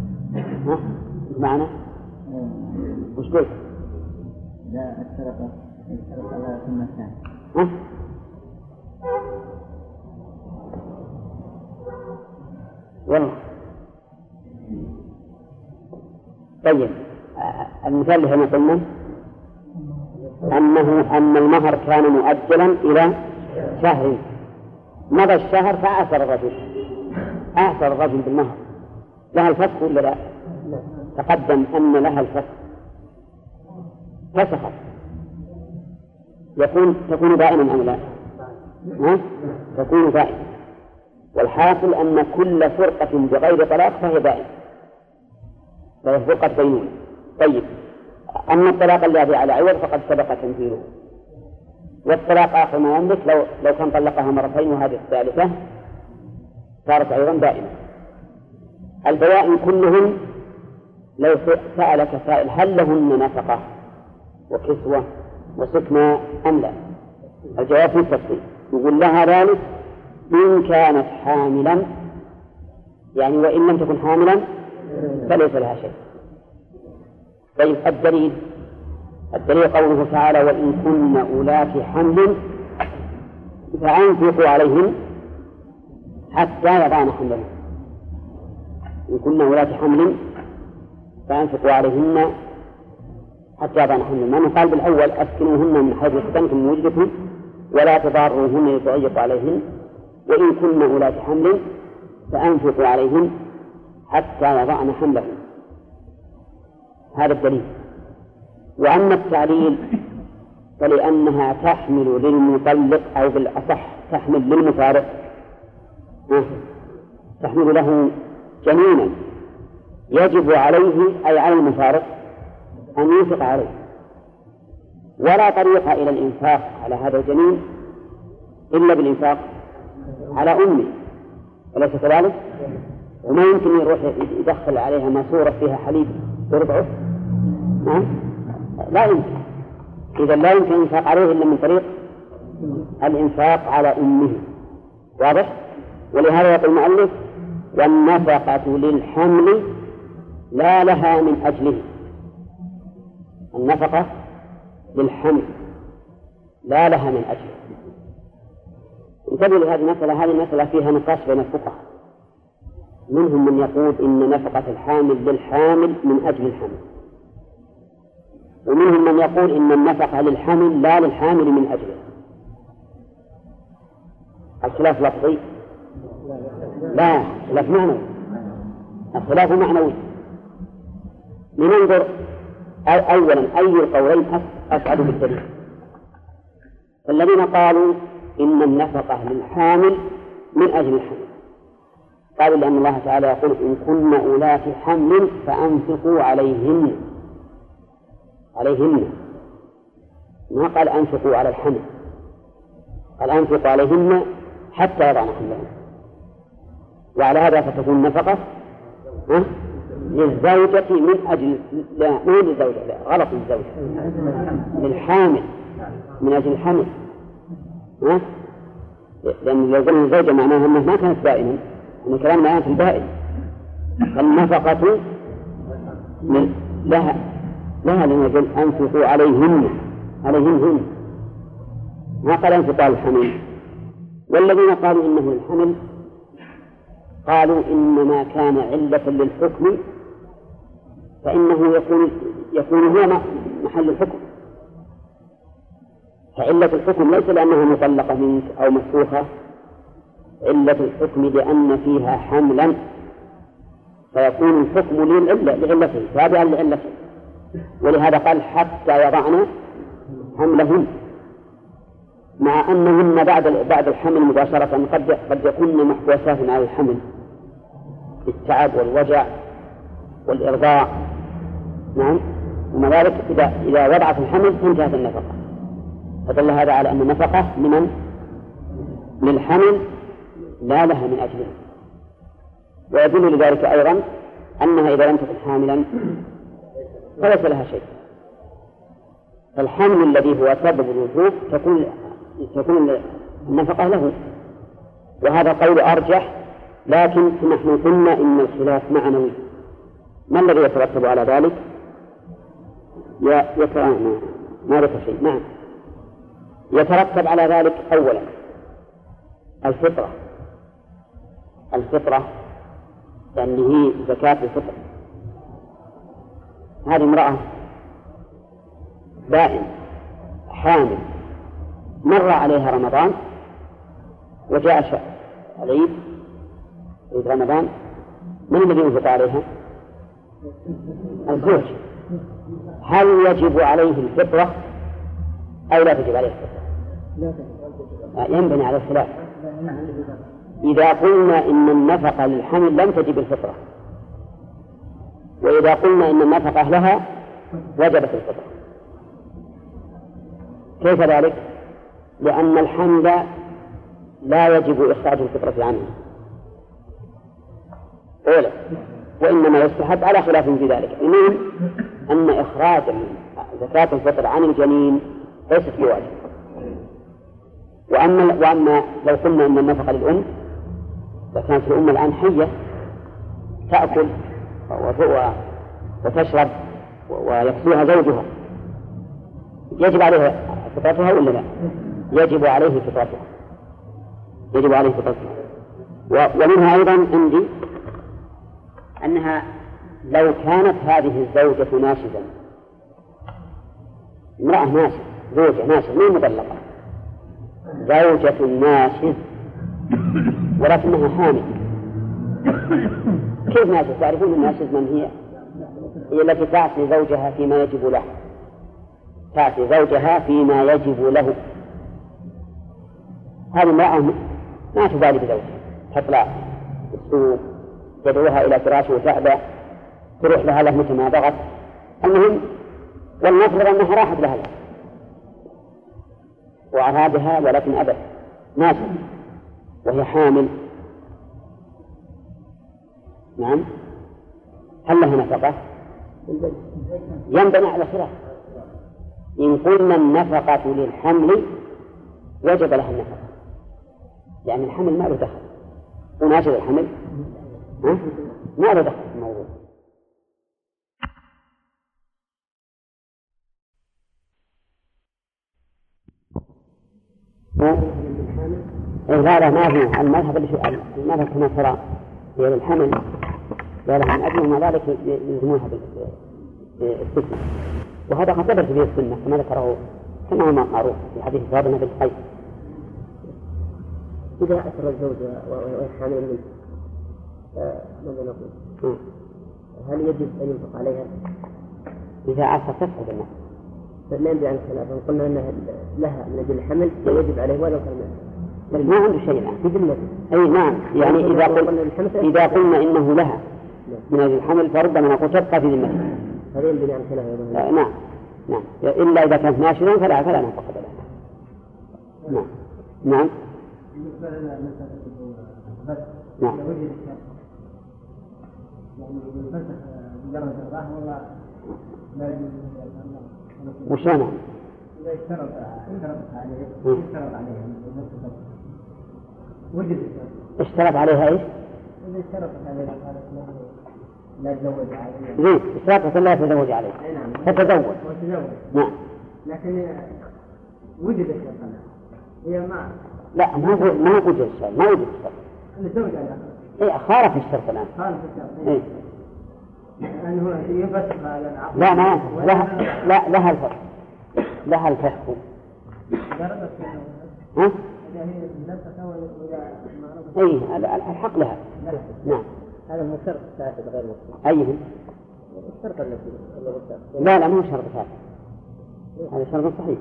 معنى وش قلت؟ لا اشترط على ثم الثاني. والله طيب، المثال اللي هنا قلنا أن المهر كان مؤجلا إلى شهر، مضى الشهر فأعسر الرجل بالمهر، لها الفسخ ولا لا؟ تقدم أن لها الفسخ، فسخت، تكون دائما أم لا؟ تكون دائما. والحاصل أن كل فرقة بغير طلاق فهي دائما، فهي فرقة بينونة. طيب، أما الطلاق الذي على عوض فقد سبق تنفيذه، والطلاق آخر ما يملك لو كان طلقها مرتين وهذه الثالثة صارت أيضا دائما. البوائن كلهن لو سألك سائل هل لهن نفقة وكسوة وسكنى أم لا؟ الجواب في التفصيل، يقول لها ذلك إن كانت حاملا، يعني وإن لم تكن حاملا فليس لها شيء. طيب، الدليل قوله تعالى وإن كن أولات حمل فأنفقوا عليهن حتى يضعن حملهن. إن كن أولات حمل فأنفقوا عليهن حتى يضعن حملهن، ما قال بالأول أسكنوهن من حيث سكنتم من وجدكم ولا تضاروهن لتضيقوا عليهن، وإن كن أولات حمل فأنفقوا عليهن حتى يضعن حملهن. هذا الدليل. وأما التعليل فلأنها تحمل للمطلق، أو بالأصح تحمل للمفارق، تحمل له جنينا يجب عليه أي على المفارق أن ينفق عليه، ولا طريق إلى الإنفاق على هذا الجنين إلا بالإنفاق على أمه، أليس كذلك؟ وما يمكن يروح يدخل عليها ماسورة فيها حليب يرضعه، لا يمكن. إذا لا يمكن الإنفاق عليه إلا من طريق الإنفاق على أمه، واضح؟ ولهذا يقول المؤلف والنفقة للحمل لا لها من أجله، النفقة للحمل لا لها من أجله. انتبهوا لهذه المسألة، هذه المسألة فيها نقاش بين الفقهاء، منهم من يقول إن نفقة الحامل للحامل من أجل الحمل، ومنهم من يقول إن النفقة للحمل لا للحامل من أجله. الخلاف لفظي؟ لا، خلاف معنوي. الخلاف معنوي. لننظر أولا أي القولين أسعد بالدليل. الذين قالوا إن النفقة للحامل من أجل الحمل قالوا لأن الله تعالى يقول إن كن أولات حمل فأنفقوا عليهن، ما قال أنفقوا على الحمل، قال أنفقوا عليهن حتى يضعن حملهن، وعلى هذا فتكون نفقة للزوجة من أجل، لا مو للزوجة، لا غلط، للزوجة للحامل من أجل الحمل. لأن لو قلنا الزوجة معناها أنها ما كانت بائنا، أن كلامنا الآن في البائن. فالنفقة لها لنجل أنفقوا عليهن ما قال أنفقوا على الحمل. والذين قالوا إنه الحمل قالوا إنما كان علة للحكم فإنه يكون هو محل الحكم. فعلة الحكم ليس لأنها مطلقة منك أو مسفوخة، علة الحكم لأن فيها حملا، فيكون الحكم لعلته تابعا لعلته. ولهذا قال حتى يضعن حملهن، مع أنهن بعد الحمل مباشرة قد يكون محبوسات على الحمل بالتعب والوجع والإرضاع. نعم، ومع ذلك إذا وضعت الحمل انتهت النفقة. فدل هذا على أن النفقة للحمل لا لها من أجله. ويدل لذلك أيضا أنها إذا لم تكن حاملا فليس لها شيء. فالحمل الذي هو سبب الوجوب تكون النفقة له، وهذا قول أرجح. لكن نحن قلنا إن الخلاف معنوي. ما الذي يترتب على ذلك؟ ما ذكر شيء. نعم، يترتب على ذلك أولا الفطرة لأن هي زكاة الفطر. هذه امرأة بائن حامل مر عليها رمضان وجاء العيد رمضان، من الذي ينفق عليها؟ الزوج. هل يجب عليه الفطرة أو لا تجب عليه الفطرة؟ ينبني على الخلاف. إذا قلنا إن النفقة للحمل لم تجب الفطرة، وإذا قلنا إن النفقة لها وجبت الفطرة. كيف ذلك؟ لأن الحمل لا يجب إخراج الفطرة عنه أولا، وإنما يستحب على خلاف في ذلك. المهم أن إخراج زكاة الفطر عن الجنين ليست بواجب. وأما لو قلنا إن النفقة للأم فكانت الأم الآن حية تأكل وتشرب ويكسوها زوجها، يجب عليها فطرتها ولا لا؟ يجب عليه فطرتها. ومنها أيضا عندي أنها لو كانت هذه الزوجة ناشزا، امرأة ناشز، زوجة ناشز مو مطلقة، زوجة ناشز ولكنها حامل. كيف ناشز؟ تعرفون الناشز من هي؟ هي التي تعصي زوجها فيما يجب له، تعصي زوجها فيما يجب له. هذه امرأة ما تبالي بزوجها، تطلع السوق، تدعوها إلى فراشه وتعبى، تروح لها له متى ما بغت. المهم والنفرض أنها راحت لها وأرادها ولكن أبت ناشز وهي حامل. نعم، هل لها نفقة؟ ينبني على خلاف. إن قلنا النفقة للحمل وجب لها النفقة، يعني الحمل ما له دخل، وناشز الحمل ما له دخل في الموضوع. لا ما في المذهب كما ترى هي للحمل ولا من أجل ما ذلك يلزمونها بالسنة، وهذا قد ثبت به السنة كما ذكره كما هو معروف في حديث فاطمة بنت قيس. إذا أسر الزوج وهي حامل منه ماذا نقول؟ هل يجب أن ينفق عليها؟ إذا أسر تسقط النفقة. فلا ينبغي عن الخلاف، قلنا أنها لها من أجل الحمل ويجب عليه ولو كان بل ما عنده شيء الآن في ذمته. أي نعم، يعني إذا قلنا إنه لها من أجل الحمل فربما نقول تبقى في ذمته. هذا ينبغي عن الخلاف. نعم، إلا إذا كانت ناشرا فلا نفقة لها. نعم. وش أنا؟ إذا اشترط عليه وجد اشترط عليها إيش؟ إذا اشترط عليها لا تزوج عليه. زين، اشترط لا تزوج عليه. تتزوج. نعم. لكن وجد الشرط هي لا ما وجد الشرط، ما وجد الشرط. الزوج عليها. إيه خالف الشرط الآن. خالف الشرط. إيه. لأنه ينفسخ على العقد. لا ما لها الفسخ. لها الفسخ. ها؟ إيه الحق لها. نعم. هذا مو شرط فاسد غير مسلم. أيه؟ الشرط الذي لا مو شرط فاسد. هذا شرط صحيح.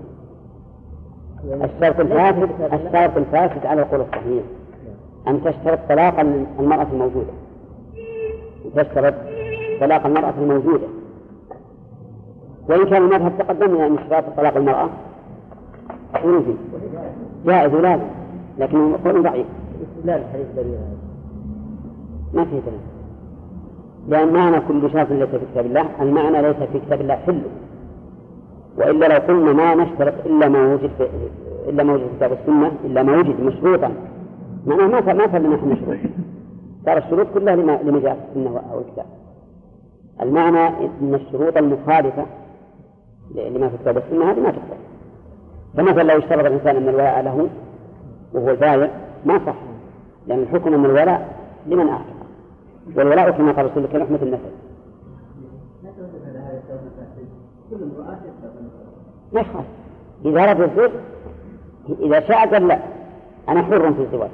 الشرط الفاسد على القول الصحيح أن تشترط طلاق المرأة الموجودة. تشترط طلاق المرأة الموجودة. وإن كان المذهب تقدمنا أن اشتراط طلاق المرأة فيه جائز ولازم، لكنه قول ضعيف. لا الحديث دليل ما فيه دليل، لأن معنى كل شرط ليس في كتاب الله، المعنى ليس في كتاب الله حل. وإلا لو قلنا ما نشترط إلا ما وجد في كتاب السنة، إلا ما وجد مشروطا، معناه ما صار لنا احنا شروط، صار الشروط كلها لما جاء في السنة أو الكتاب. المعنى أن الشروط المخالفة لما في كتاب السنة هذه ما تقبل. فمثلا لو اشترط الإنسان أن الولاء له وهو البايع ما صح، لأن الحكم أن الولاء لمن أعتق، والولاء كما قال رسول الله كلحمة النسل. ما يخاف إذا أراد الزوج، إذا شاء قال لا أنا حر في الزواج.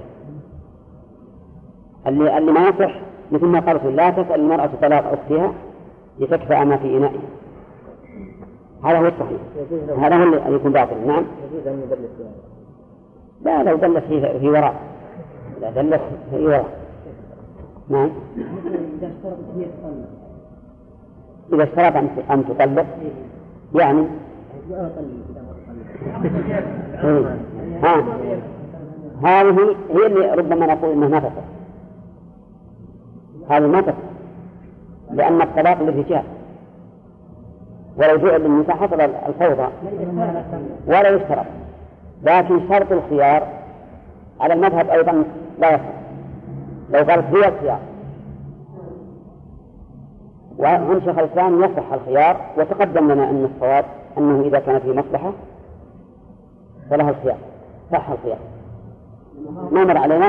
اللي ما يصح مثل ما قال رسول الله لا تسأل المرأة طلاق أختها لتكفأ ما في إنائها. هذا هو الصحيح، هذا هو اللي يكون باطل. نعم. يجوز أن يدلس لا لو دلس في وراء، لا دلس في وراء. نعم. إذا اشترط أن تطلق يعني هذه هي اللي ربما نقول إنها ما تصح. هذه ما تصح لأن الطلاق للرجال، ولو جعل للنساء حصل الفوضى ولا يشترط. لكن شرط الخيار على المذهب أيضا لا يصح. لو قال هي الخيار، وعن شيخ الإسلام يصح الخيار، وتقدم لنا أن الصواب أنه إذا كانت في مصلحة فلها الخيار، صح الخيار. ما مر علينا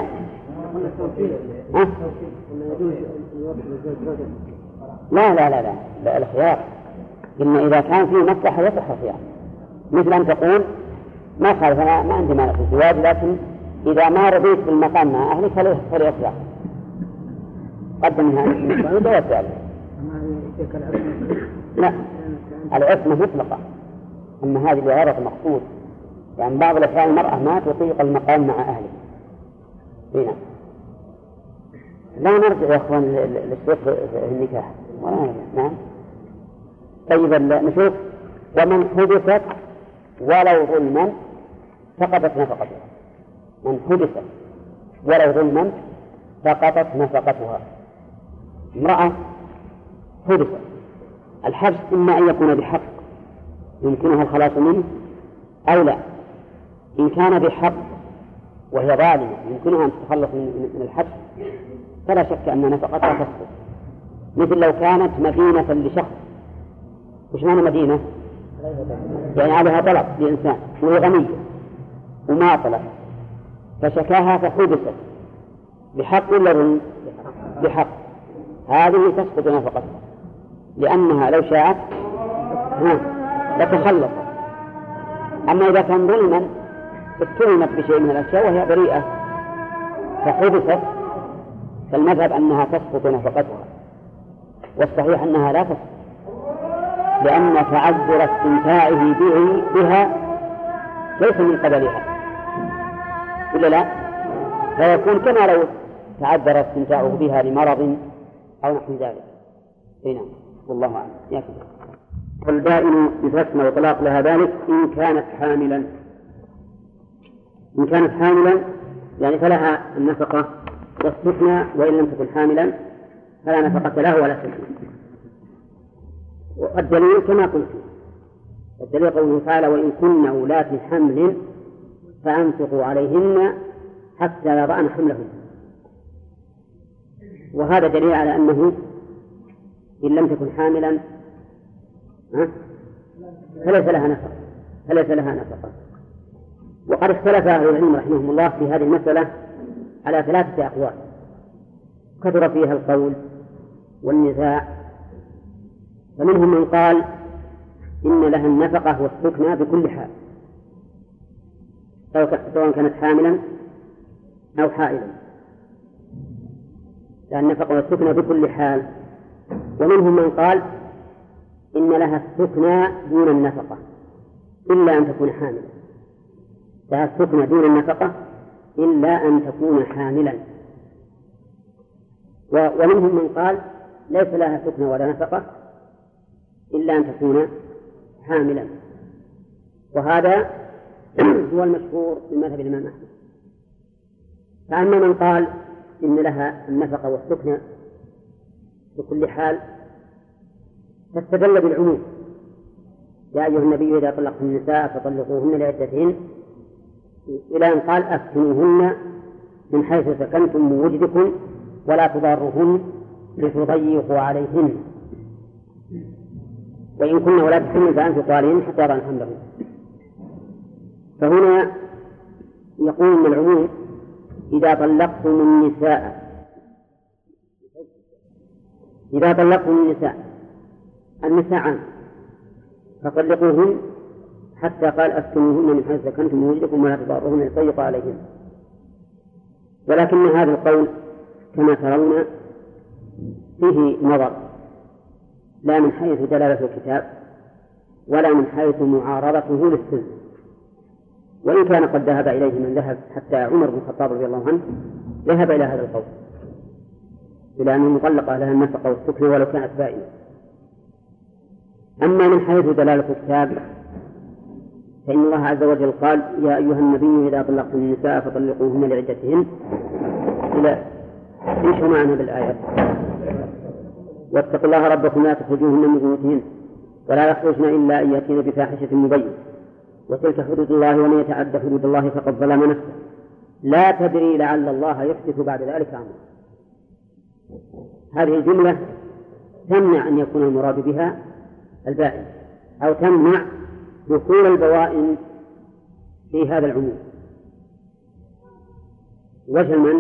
لا الخيار إن إذا كان في مصلحة يصح الخيار. مثل أن تقول ما خالف أنا ما عندي مانع في الزواج، لكن إذا ما رضيت بالمقام مع أهلي فليه الخيار. قدمها وجواب ذلك. لا العصمة مطلقة، أما هذه لغرض مقصود، يعني بعض الأحيان المرأة ما تطيق المقام مع أهله. هنا لا نرجع يا أخوان للشيخ في النكاح ولا نرجع. نعم. طيب نشوف ومن حدثت ولو ظلما سقطت نفقتها. من حدثت ولو ظلما سقطت نفقتها. امرأة حدثت، الحبس إما أن يكون بحق يمكنها الخلاص منه أو لا. إن كان بحق وهي ظالمة يمكنها أن تتخلص من الحبس فلا شك أن نفقتها تسقط. مثل لو كانت مدينة لشخص. وش معنى مدينة؟ يعني عليها طلب لإنسان وهي غنية وما طلب فشكاها فحبست بحق ولا ظلم؟ بحق. هذه تسقط نفقتها لأنها لو شاءت لتخلص. أما إذا كان ظلما اتهمت بشيء من الأشياء وهي بريئة فحبست فالمذهب أنها تسقط نفقتها، والصحيح أنها لا تسقط لأن تعذر استمتاعه بها ليس من قبلها إلا لا، فيكون كما لو تعذر استمتاعه بها لمرض أو نحو ذلك. هنا والله أعلم. يكفي. والبائن بفسخ وطلاق لها ذلك إن كانت حاملا. إن كانت حاملا يعني فلها النفقة واستثنى، وإن لم تكن حاملا فلا نفقة له ولا سكنة. والدليل كما قلت، الدليل قوله تعالى وإن كن أولات حمل فأنفقوا عليهن حتى يضعن حملهن، وهذا دليل على أنه إن لم تكن حاملا فليس لها نفقة. وقد اختلف أهل العلم رحمهم الله في هذه المسألة على 3 أقوال كثر فيها القول والنزاع. فمنهم من قال إن لها النفقة والسكنى بكل حال، سواء كانت حاملا أو حائلا، لها النفقة والسكنى بكل حال. ومنهم من قال إن لها السكنى دون النفقة إلا أن تكون حاملا، لها السكنى دون النفقة إلا أن تكون حاملا. ومنهم من قال ليس لها سكنى ولا نفقة إلا أن تكون حاملا، وهذا هو المشهور في مذهب الإمام أحمد. فأما من قال إن لها النفقة والسكنى بكل حال فاستدل بالعموم، يا أيها النبي إذا طلقتم النساء فطلقوهن لعدتهن إلى أن قال أسكنوهن من حيث سكنتم من وجدكم ولا تضاروهن لتضيقوا عليهن، وإن كن ولا تحمل فأنفقوا عليهن حتى يضعن حملهن. فهنا يقول من العموم إذا طلقتم النساء عام فطلقوهن حتى قال أسكنوهن من حيث سكنتم من وجدكم ولا تضاروهن لتضيقوا عليهن. ولكن هذا القول كما ترون فيه نظر، لا من حيث دلالة الكتاب ولا من حيث معارضته للسنة، وإن كان قد ذهب إليه من ذهب، حتى عمر بن الخطاب رضي الله عنه ذهب إلى هذا القول، إلى أن المطلقة لها النفقة والسكنى ولو كانت بائنة. أما من حيث دلالة الكتاب فإن الله عز وجل قال يا أيها النبي إذا طلقتم النساء فطلقوهن لعدتهن إلى إيش معنا بالآيات واتقوا الله ربكم لا تخرجوهن من بيوتهن ولا يخرجن إلا أن يأتين بفاحشة مبينة وتلك حدود الله ومن يتعد حدود الله فقد ظلم نفسه لا تدري لعل الله يحدث بعد ذلك أمرا. هذه الجملة تمنع أن يكون المراد بها البائن، أو تمنع دخول البوائن في هذا العموم. وجه المنع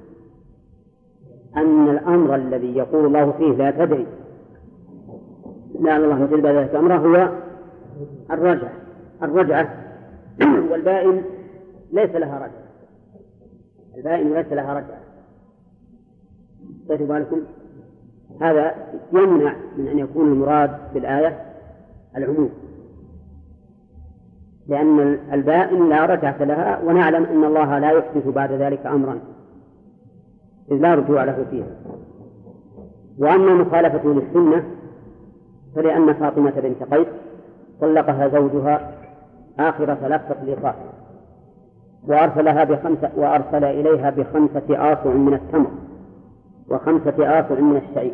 أن الأمر الذي يقول الله فيه لا تدري لعل الله يحدث بعد ذلك أمرا هو الرجعة والبائن ليس لها رجعة، البائن ليس لها رجعة. خذوا بالكم، هذا يمنع من أن يكون المراد بالآية العموم، لأن البائن لا رجعة لها، ونعلم أن الله لا يحدث بعد ذلك أمرا إذ لا رجوع له فيها. وأما مخالفته للسنة فلأن فاطمة بنت قيس طلقها زوجها آخر 3 تطليقات وأرسل إليها ب5 آصع من التمر و5 آصع من الشعير،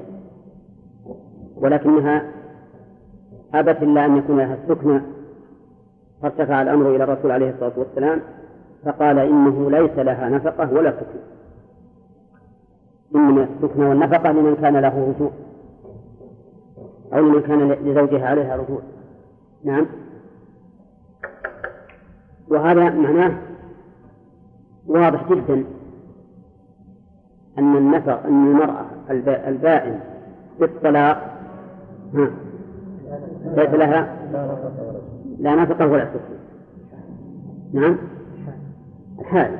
ولكنها أبت إلا أن يكون لها السكنى، فارتفع الأمر إلى الرسول عليه الصلاة والسلام فقال إنه ليس لها نفقة ولا سكنى، إنما السكنى والنفقة لمن كان له رجوع أو لمن كان لزوجها عليها رجوع. نعم. وهذا معناه واضح جدا أن المرأة البائن بالطلاق ليس لها لا نفقة ولا سكنى. نعم الحال.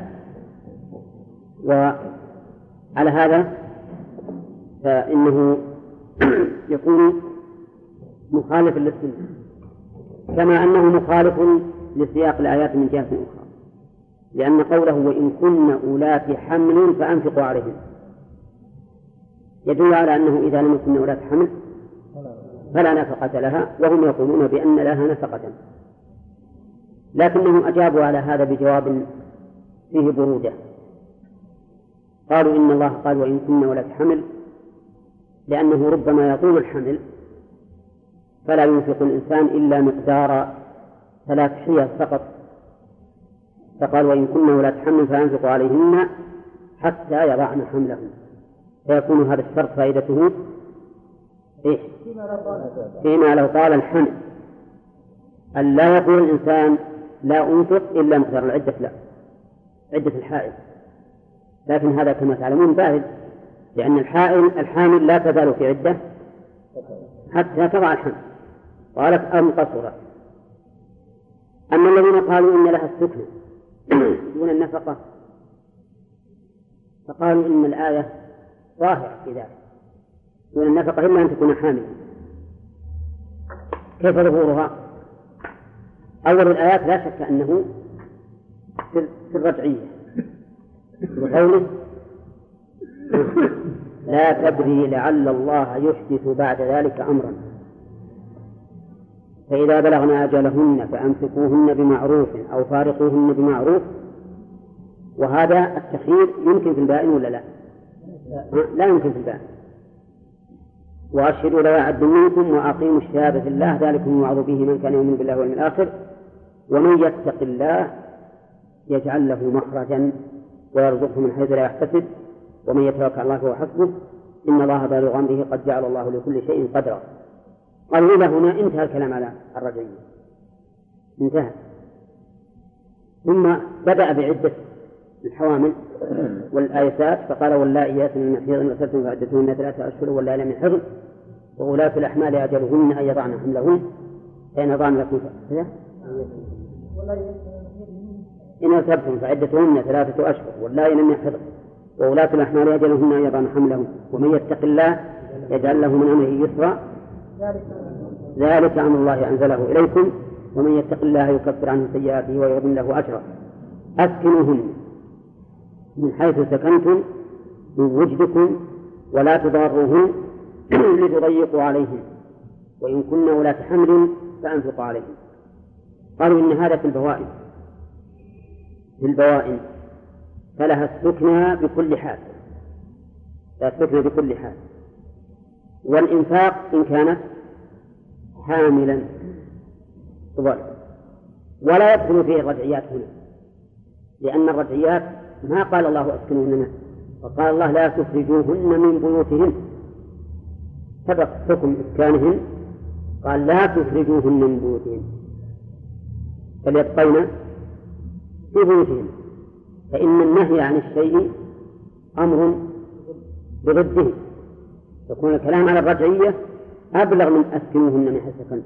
وعلى هذا فإنه يكون مخالف للسنة، كما أنه مخالف لسياق الآيات من جهة أخرى، لأن قوله وإن كن أولات حمل فأنفقوا عليهم يدل على أنه إذا لم يكن أولات حمل فلا نفقة لها، وهم يقولون بأن لها نفقة، لكنهم أجابوا على هذا بجواب فيه برودة. قالوا إن الله قال وإن كن أولات حمل لأنه ربما يطول الحمل فلا ينفق الإنسان إلا مقدار 3 حيض فقط، فقال وإن كن ولاة حمل فينفق عليهن حتى يضعن حملهن، فيكون هذا الشرط فائدته إيه؟ فيما لو طال الحمل أن لا يقول الإنسان لا أنفق إلا مقدار العدة، لا، عدة الحائل، لكن هذا كما تعلمون باهد، لأن الحامل لا تزال في عدة حتى تضع الحمل. قالت أم قصرت. أما الذين قالوا إن لها السكنة دون النفقة فقالوا إن الآية ظاهرة في ذلك دون النفقة إلا أن تكون حاملا. كيف ظهورها؟ أول الآيات لا شك أنه في الرجعية بقوله لا تدري لعل الله يحدث بعد ذلك أمرا فإذا بلغنا أجلهن فأمسكوهن بمعروف أو فارقوهن بمعروف. وهذا التخيير يمكن في البائن ولا لا؟ لا يمكن في البائن. وأشهدوا ذوي عدل منكم وأقيموا الشهادة في الله ذلكم يوعظ به من كان يؤمن بالله واليوم الآخر ومن يتق الله يجعل له مخرجا ويرزقه من حيث لا يحتسب ومن يتوكل على الله فهو حسبه إن الله بالغ أمره قد جعل الله لكل شيء قدرا. قالوا إلى هنا انتهى الكلام على الرجعية، انتهى. ثم بدأ بعدة الحوامل والآيات فقال واللائي يأتين من محيض إن ارتبتم فعدتهن 3 أشهر واللائي لم يحضن وأولاة الأحمال أجلهن أن يضعن حملهن فإن أضعن لكم إن ارتبتم فعدتهن 3 أشهر واللائي لم يحضن وأولاة الأحمال أجلهن أن يضعن حملهن ومن يتق الله يجعل له من أمره يسرا ذلك أمر الله أنزله إليكم ومن يتق الله يكفر عنه سيئاته ويعظم له أجرا. أسكنوهن من حيث سكنتم من وجدكم ولا تضاروهن لتضيقوا عليهن وإن كن ولاة حمل فأنفقوا عليهن. قالوا إن هذا في البوائن فلها السكنى بكل حال، لا السكنى بكل حال. والإنفاق إن كانت حاملا ولا يدخل فيه الرجعيات هنا لأن الرجعيات ما قال الله أسكنوهن وقال الله لا تخرجوهن من بيوتهن، سبق حكم إسكانهن قال لا تخرجوهن من بيوتهن فليبقين في بيوتهن. فإن النهي عن الشيء أمر بضده، يكون الكلام على الرجعية أبلغ من أسكنوهن من حيث سكنتم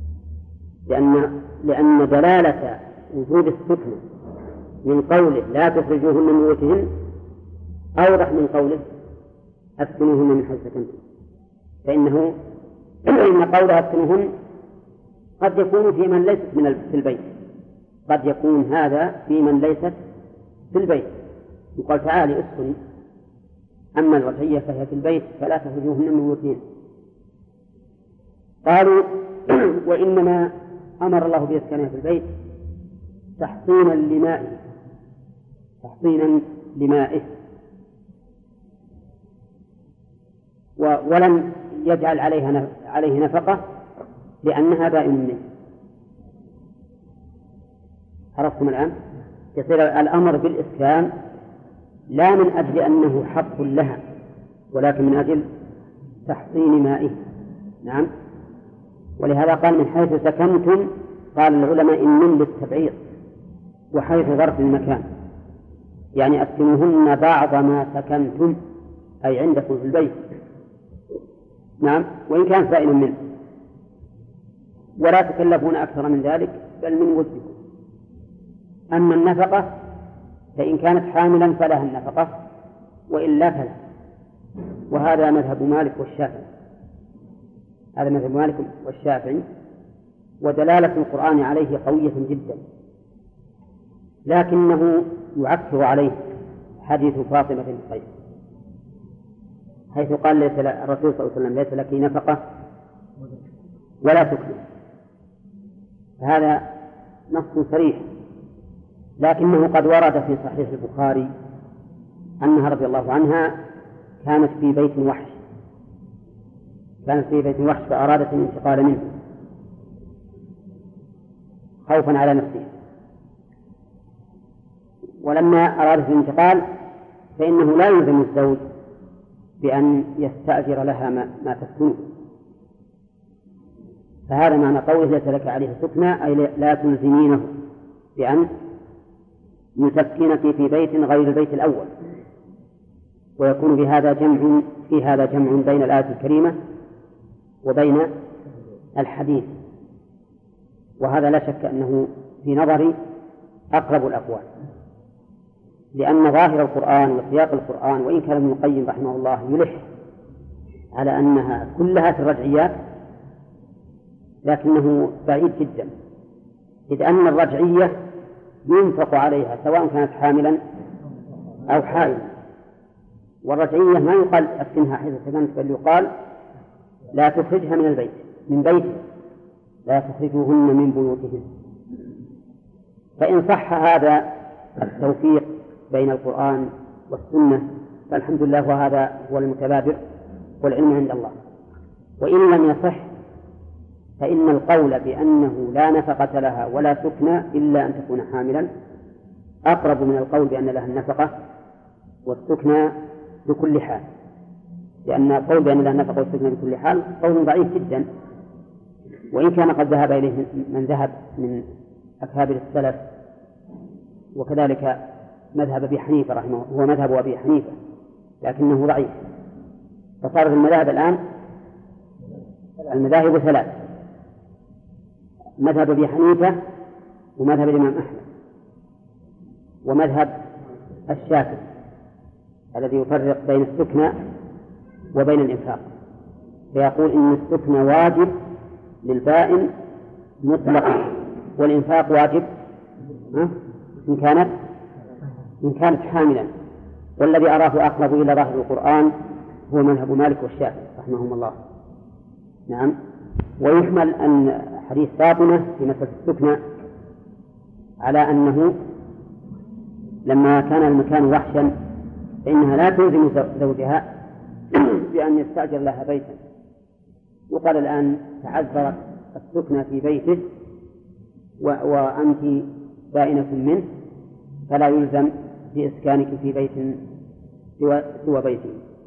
لأن دلالة وجود السكن من قوله لا تخرجوهن من بيوتهن أوضح من قوله أسكنوهن من حيث سكنتم. فإن قوله أسكنوهن قد يكون في من ليست في البيت، قد يكون هذا في من ليست في البيت يقال تعالي اسكني، أما الرجعية فهي في البيت فلا تخرجوهن من بيوتهن. قالوا وإنما أمر الله بإسكانها في البيت تحصينا لمائه ولم يجعل عليه نفقة لأنها بائن منه. عرفتم الآن؟ يصير الأمر بالإسكان لا من أجل أنه حق لها ولكن من أجل تحصين مائه. نعم. ولهذا قال من حيث سكنتم، قال العلماء إن للتبعيض وحيث ظرف المكان، يعني أسكنوهن بعض ما سكنتم أي عندكم في البيت. نعم. وإن كان سائل منه ولا تكلفون أكثر من ذلك بل من وجدكم. أما النفقة فإن كانت حاملا فلها النفقة وإلا فلا، وهذا مذهب مالك والشافعي، هذا مذهب مالك والشافعي، ودلالة القرآن عليه قوية جدا، لكنه يعكر عليه حديث فاطمة بنت قيس حيث قال الرسول صلى الله عليه وسلم ليس لك نفقة ولا سكن، هذا نص صريح. لكنه قد ورد في صحيح البخاري أنها رضي الله عنها كانت في بيت وحش كانت في بيت وحش فأرادت الانتقال منه خوفا على نفسها، ولما أرادت الانتقال فإنه لا يلزم الزوج بأن يستأجر لها ما تسكنه، فهذا معنى قوله ليس لك عليه سكنى، أي لا تلزمينه بأن يسكنك في بيت غير البيت الأول. ويكون في هذا جمع بين الآية الكريمة وبين الحديث، وهذا لا شك أنه في نظري أقرب الأقوال، لأن ظاهر القرآن وسياق القرآن وإن كان ابن القيم رحمه الله يلح على أنها كلها في الرجعيات، لكنه بعيد جدا، إذ أن الرجعية ينفق عليها سواء كانت حاملا أو حائلا، والرجعية ما يقال أسكنها حيث سكنت، بل يقال لا تخرجها من بيته لا تخرجوهن من بيوتهن. فإن صح هذا التوفيق بين القرآن والسنة فالحمد لله، وهذا هو المتبادر والعلم عند الله. وإن لم يصح فإن القول بأنه لا نفقة لها ولا سكنى إلا أن تكون حاملا أقرب من القول بأن لها النفقة والسكنى بكل حال، لأن القول بأن لها النفقة والسكنى بكل حال قول ضعيف جدا، وإن كان قد ذهب إليه من ذهب من أكابر السلف، وكذلك مذهب أبي حنيفة رحمه هو مذهب أبي حنيفة لكنه ضعيف. فصارت المذاهب الآن المذاهب ثلاث: مذهب أبي حنيفة ومذهب الإمام أحمد ومذهب الشافعي الذي يفرق بين السكنى وبين الإنفاق، فيقول إن السكنى واجب للبائن مطلقا والإنفاق واجب إن كانت حاملا. والذي أراه أقرب إلى ظاهر القرآن هو مذهب مالك والشافعي رحمهم الله. نعم. ويحمل أن حديث فاطمة في مسألة السكنى على أنه لما كان المكان وحشا فإنها لا تلزم زوجها بأن يستأجر لها بيتا، وقال الآن تعذرت السكنى في بيته وأنت بائنة منه فلا يلزم بإسكانك في بيت سوى بيته.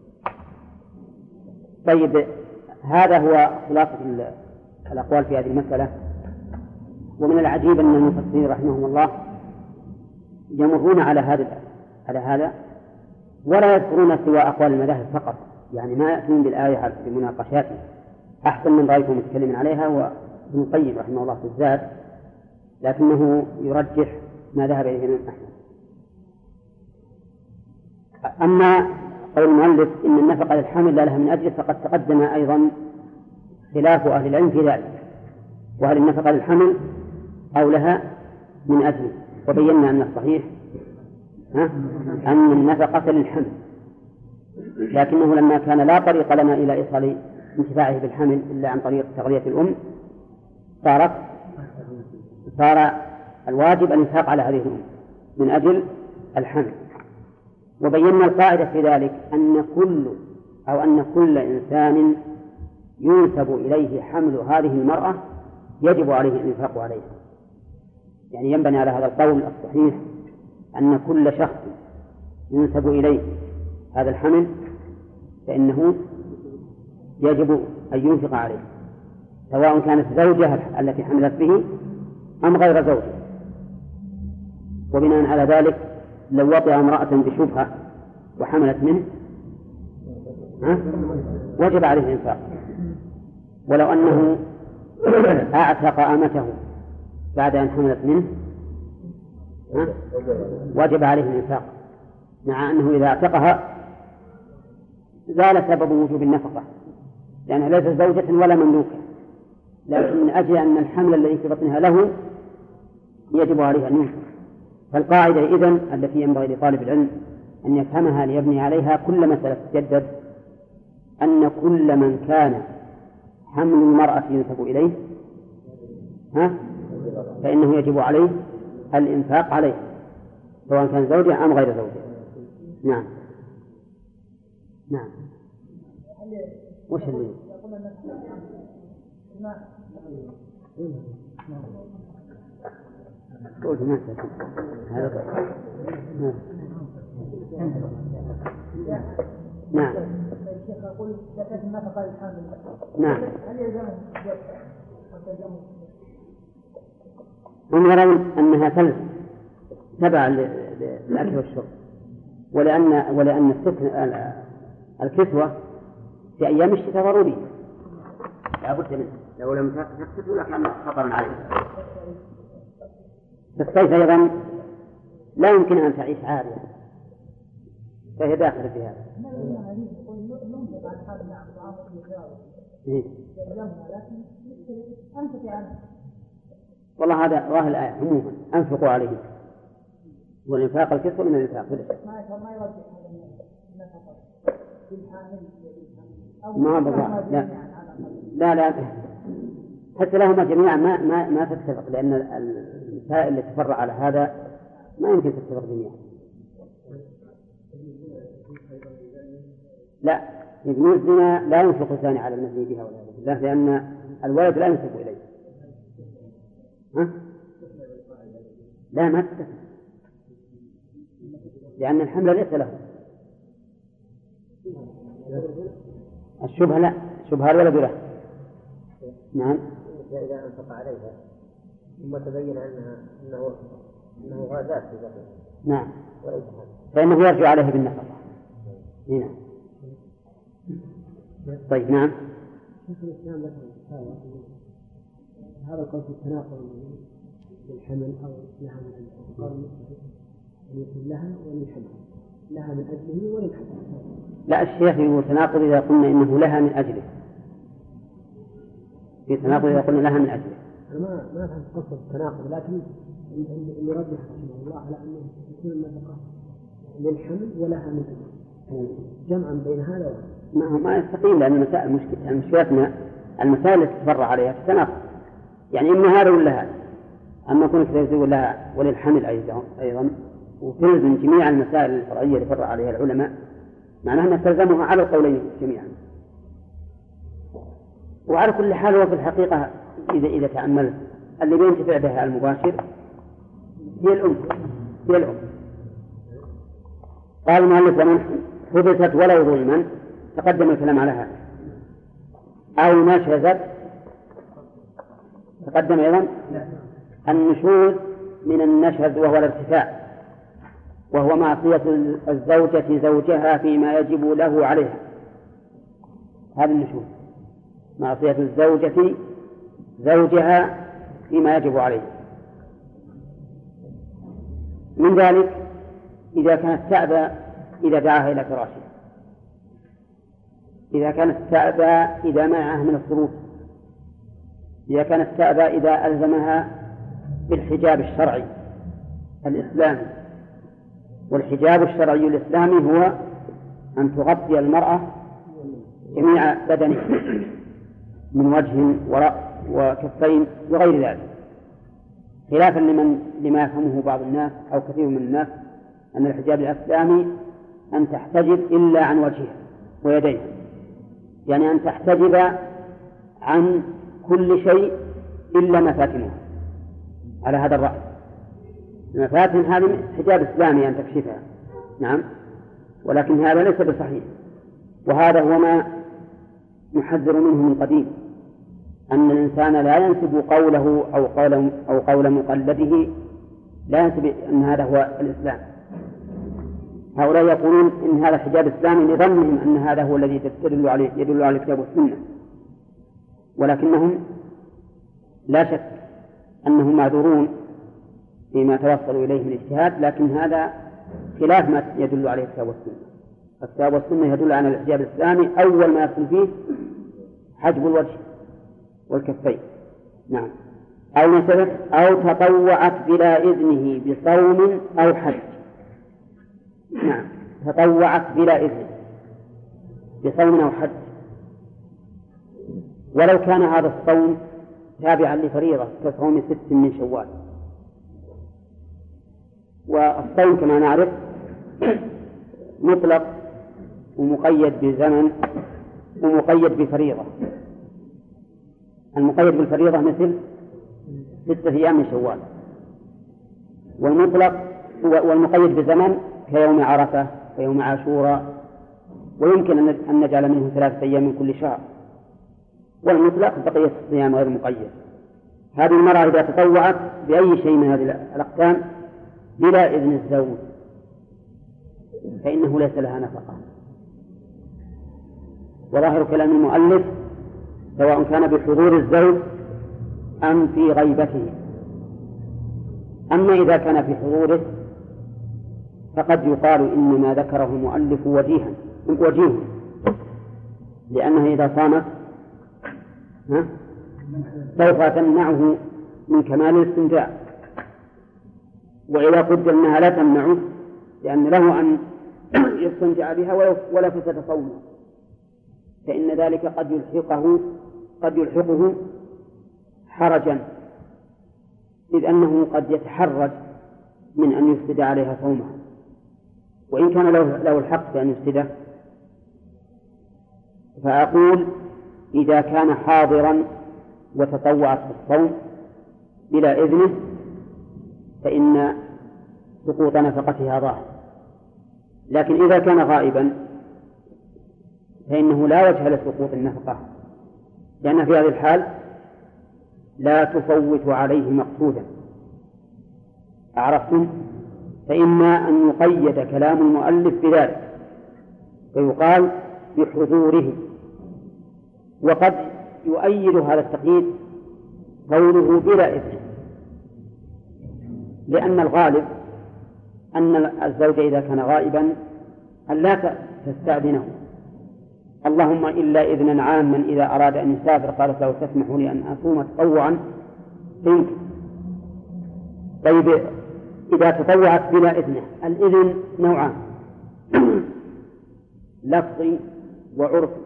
طيب، هذا هو خلاصة الأقوال في هذه المسألة. ومن العجيب أن المفسرين رحمهم الله يمرون على هذا ولا يذكرون سوى أقوال المذاهب فقط، يعني ما يأتون بالآية بمناقشاتها. أحسن من رأيكم متكلم عليها وابن القيم رحمه الله في الزاد، لكنه يرجح ما ذهب إليه الإمام أحمد. أما قول المؤلف إن النفقة للحامل لا لها من أجل فقد تقدم أيضا خلاف أهل العلم في ذلك، وهل النفقة للحمل أو لها من أجل، وبينا أن الصحيح أن النفقة للحمل، لكنه لما كان لا طريق لنا إلى إيصال انتفاعه بالحمل إلا عن طريق تغذية الأم صار الواجب الإنفاق على هذه الأم من أجل الحمل. وبينا القاعدة في ذلك أن كل إنسان ينسب إليه حمل هذه المرأة يجب عليه الإنفاق عليها، يعني ينبني على هذا القول الصحيح أن كل شخص ينسب إليه هذا الحمل فإنه يجب أن ينفق عليه، سواء كانت زوجها التي حملت به أم غير زوجها. وبناء على ذلك لو وطئ امرأة بشبهة وحملت منه وجب عليه الإنفاق، ولو أنه أعتق أمته بعد أن حملت منه وجب عليه الإنفاق، مع أنه إذا اعتقها زال سبب وجوب النفقة لأنها ليست زوجة ولا مملوكة، لكن من أجل أن الحمل الذي في بطنها له يجب عليه أن ينفق. فالقاعدة إذن التي ينبغي لطالب العلم أن يفهمها ليبني عليها كل مسألة تجدد أن كل من كان حمل المرأة ينسب إليه فإنه يجب عليه الإنفاق عليه سواء كان زوجة أم غير زوجة. نعم. وش اللي نعم. نعم. هم يرون أنها تلزم تبع للأكل والشرب، ولأن الكسوة في أيام الشتاء ضروري لا بد منه، لو لم تكسو لكان خطرا عليه. في الصيف أيضا لا يمكن أن تعيش عارية، فهي داخل في هذا. والله هذا ظاهر الآية عموما أنفقوا عليهم، والإنفاق الكسوة من الإنفاق ما بالله لا حتى لهما جميعا ما تتفق، لأن المسائل اللي تفرع على هذا ما يمكن تتفق جميعا. لا، ابن الزنا لا ينفق الزاني على المزني بها والعياذ بالله، لأن الولد لا ينسب إليه. لا ما تتفق، لأن الحمل ليس له. الشبهة لا، شبهة الولد له. نعم. إذا أنفق عليها ثم تبين أنه غازات في ذلك. نعم. فإنه يرجع عليه بالنفقة. نعم. طيب. نعم. شيخ الإسلام ذكر هذا القول في التناقض للحمل أو لها من أجله، قال أن يكون لها وللحمل، لها من أجله وللحمل. لا، الشيخ يقول تناقض إذا قلنا إنه لها من أجله، في تناقض إذا قلنا لها من أجله. أنا ما فهمت قصة التناقض، لكن اللي رجح رحمه الله على أنه يكون النفقة للحمل ولها من أجله، جمعا بين هذا وهذا. ما يستقيم، لأن مشكلتنا المسائل التي تفرع عليها في التناقض، يعني إما هذا ولا هذا. أما كنت تقول لها وللحمل أيضا وتلزم جميع المسائل الفرعية اللي فرع عليها العلماء، معناها أنها تلزمها على القولين جميعا. وعلى كل حال هو في الحقيقة إذا تأملت اللي بينتفع بها المباشر هي الأم. قال المؤلف ومن حبست ولو ظلما، تقدم الكلام على هذا، أو نشزت، تقدم أيضا النشوز من النشز وهو الارتفاع، وهو معصية الزوجة زوجها فيما يجب له عليها. هذا النشوز معصية الزوجة زوجها فيما يجب عليه. من ذلك إذا كانت تأبى إذا دعاها إلى فراشها، إذا كانت تأبى إذا منعها من الخروج، إذا كانت تأبى إذا ألزمها بالحجاب الشرعي الإسلامي. والحجاب الشرعي الإسلامي هو أن تغطي المرأة جميع بدنها من وجه ورأس وكفين وغير ذلك، خلافا لما يفهمه بعض الناس أو كثير من الناس أن الحجاب الإسلامي أن تحتجب إلا عن وجهها ويديها، يعني أن تحتجب عن كل شيء إلا مفاتنها. على هذا الرأي المفاتن هذه حجاب إسلامي أن تكشفها، نعم، ولكن هذا ليس بصحيح. وهذا هو ما نحذر منه من قديم، أن الإنسان لا ينسب قوله أو قول مقلده، لا ينسب أن هذا هو الإسلام. هؤلاء يقولون إن هذا حجاب إسلامي لظنهم أن هذا هو الذي يدل على الكتاب والسنة، ولكنهم لا شك أنهم معذورون فيما توصلوا إليه من اجتهاد، لكن هذا خلاف ما يدل عليه الكتاب والسنة. الكتاب والسنة يدل على الحجاب الإسلامي أول ما يدخل فيه حجب الوجه والكفين، نعم، أو نسبت أو تطوعت بلا إذنه بصوم أو حج، نعم، تطوعت بلا إذن بصوم أو حج، ولو كان هذا الصوم تابعا لفريضة كصوم 6 من شوال. والصوم كما نعرف مطلق ومقيد بزمن ومقيد بفريضة، المقيد بالفريضة مثل 6 أيام من شوال، والمقيد بزمن كيوم عرفة ويوم عاشوراء، ويمكن أن نجعل منه 3 أيام من كل شهر، والمطلق بقية الصيام غير مقيد. هذه المرأة إذا تطوعت بأي شيء من هذه الأقسام بلا إذن الزوج فإنه ليس لها نفقة. وظاهر كلام المؤلف سواء كان بحضور الزوج أم في غيبته. أما إذا كان في حضوره فقد يقال إن ما ذكره المؤلف وجيه، لأنه إذا صامت سوف تمنعه من كمال الاستمتاع، وإذا قدر أنها لا تمنعه لأن له أن يستمتع بها ولا فسد صومه، فإن ذلك قد يلحقه حرجا، إذ أنه قد يتحرج من أن يفسد عليها صومه، وإن كان له الحق بأن يفسده. فأقول إذا كان حاضرا وتطوعت بالصوم بلا إذنه فإن سقوط نفقتها ظاهر، لكن إذا كان غائبا فإنه لا وجه لسقوط النفقة، لأن في هذه الحال لا تفوت عليه مقصودا. أعرفتم؟ فإما أن يقيد كلام المؤلف بذلك فيقال بحضوره، وقد يؤيد هذا التقييد قوله بلا إذن، لأن الغالب أن الزوج إذا كان غائبا أن لا تستأذنه، اللهم إلا إذنا عاما إذا أراد أن يسافر قالت له تسمح لي أن أصوم تطوعا فيمكن. طيب إذا تطوعت بلا إذنه، الإذن نوعان لفظي وعرفي.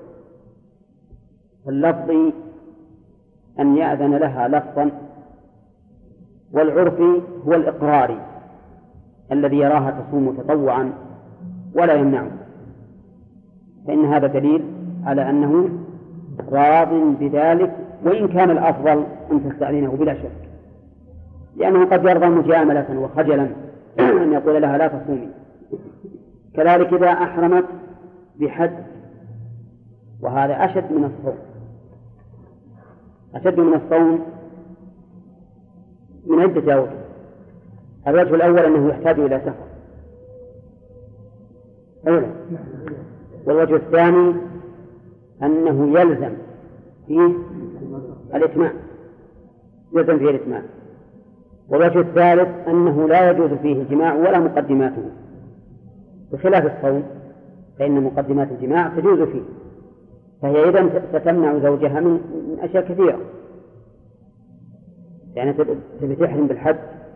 اللفظي أن يأذن لها لفظا، والعرفي هو الإقراري الذي يراها تصوم تطوعا ولا يمنعه، فإن هذا دليل على أنه راض بذلك، وإن كان الأفضل أن تستأذنه بلا شك، لأنه قد يرضى مجاملة وخجلا أن يقول لها لا تصومي. كذلك إذا أحرمت بحج، وهذا أشد من الصوم، أشد من الصوم من عدة أوجه. الوجه الأول أنه يحتاج إلى سفر أولا، والوجه الثاني أنه يلزم فيه الإتمام، والوجه الثالث أنه لا يجوز فيه الجماع ولا مقدماته، بخلاف الصوم فإن مقدمات الجماع تجوز فيه، فهي إذن ستمنع زوجها من أشياء كثيرة، يعني تحرم بالحج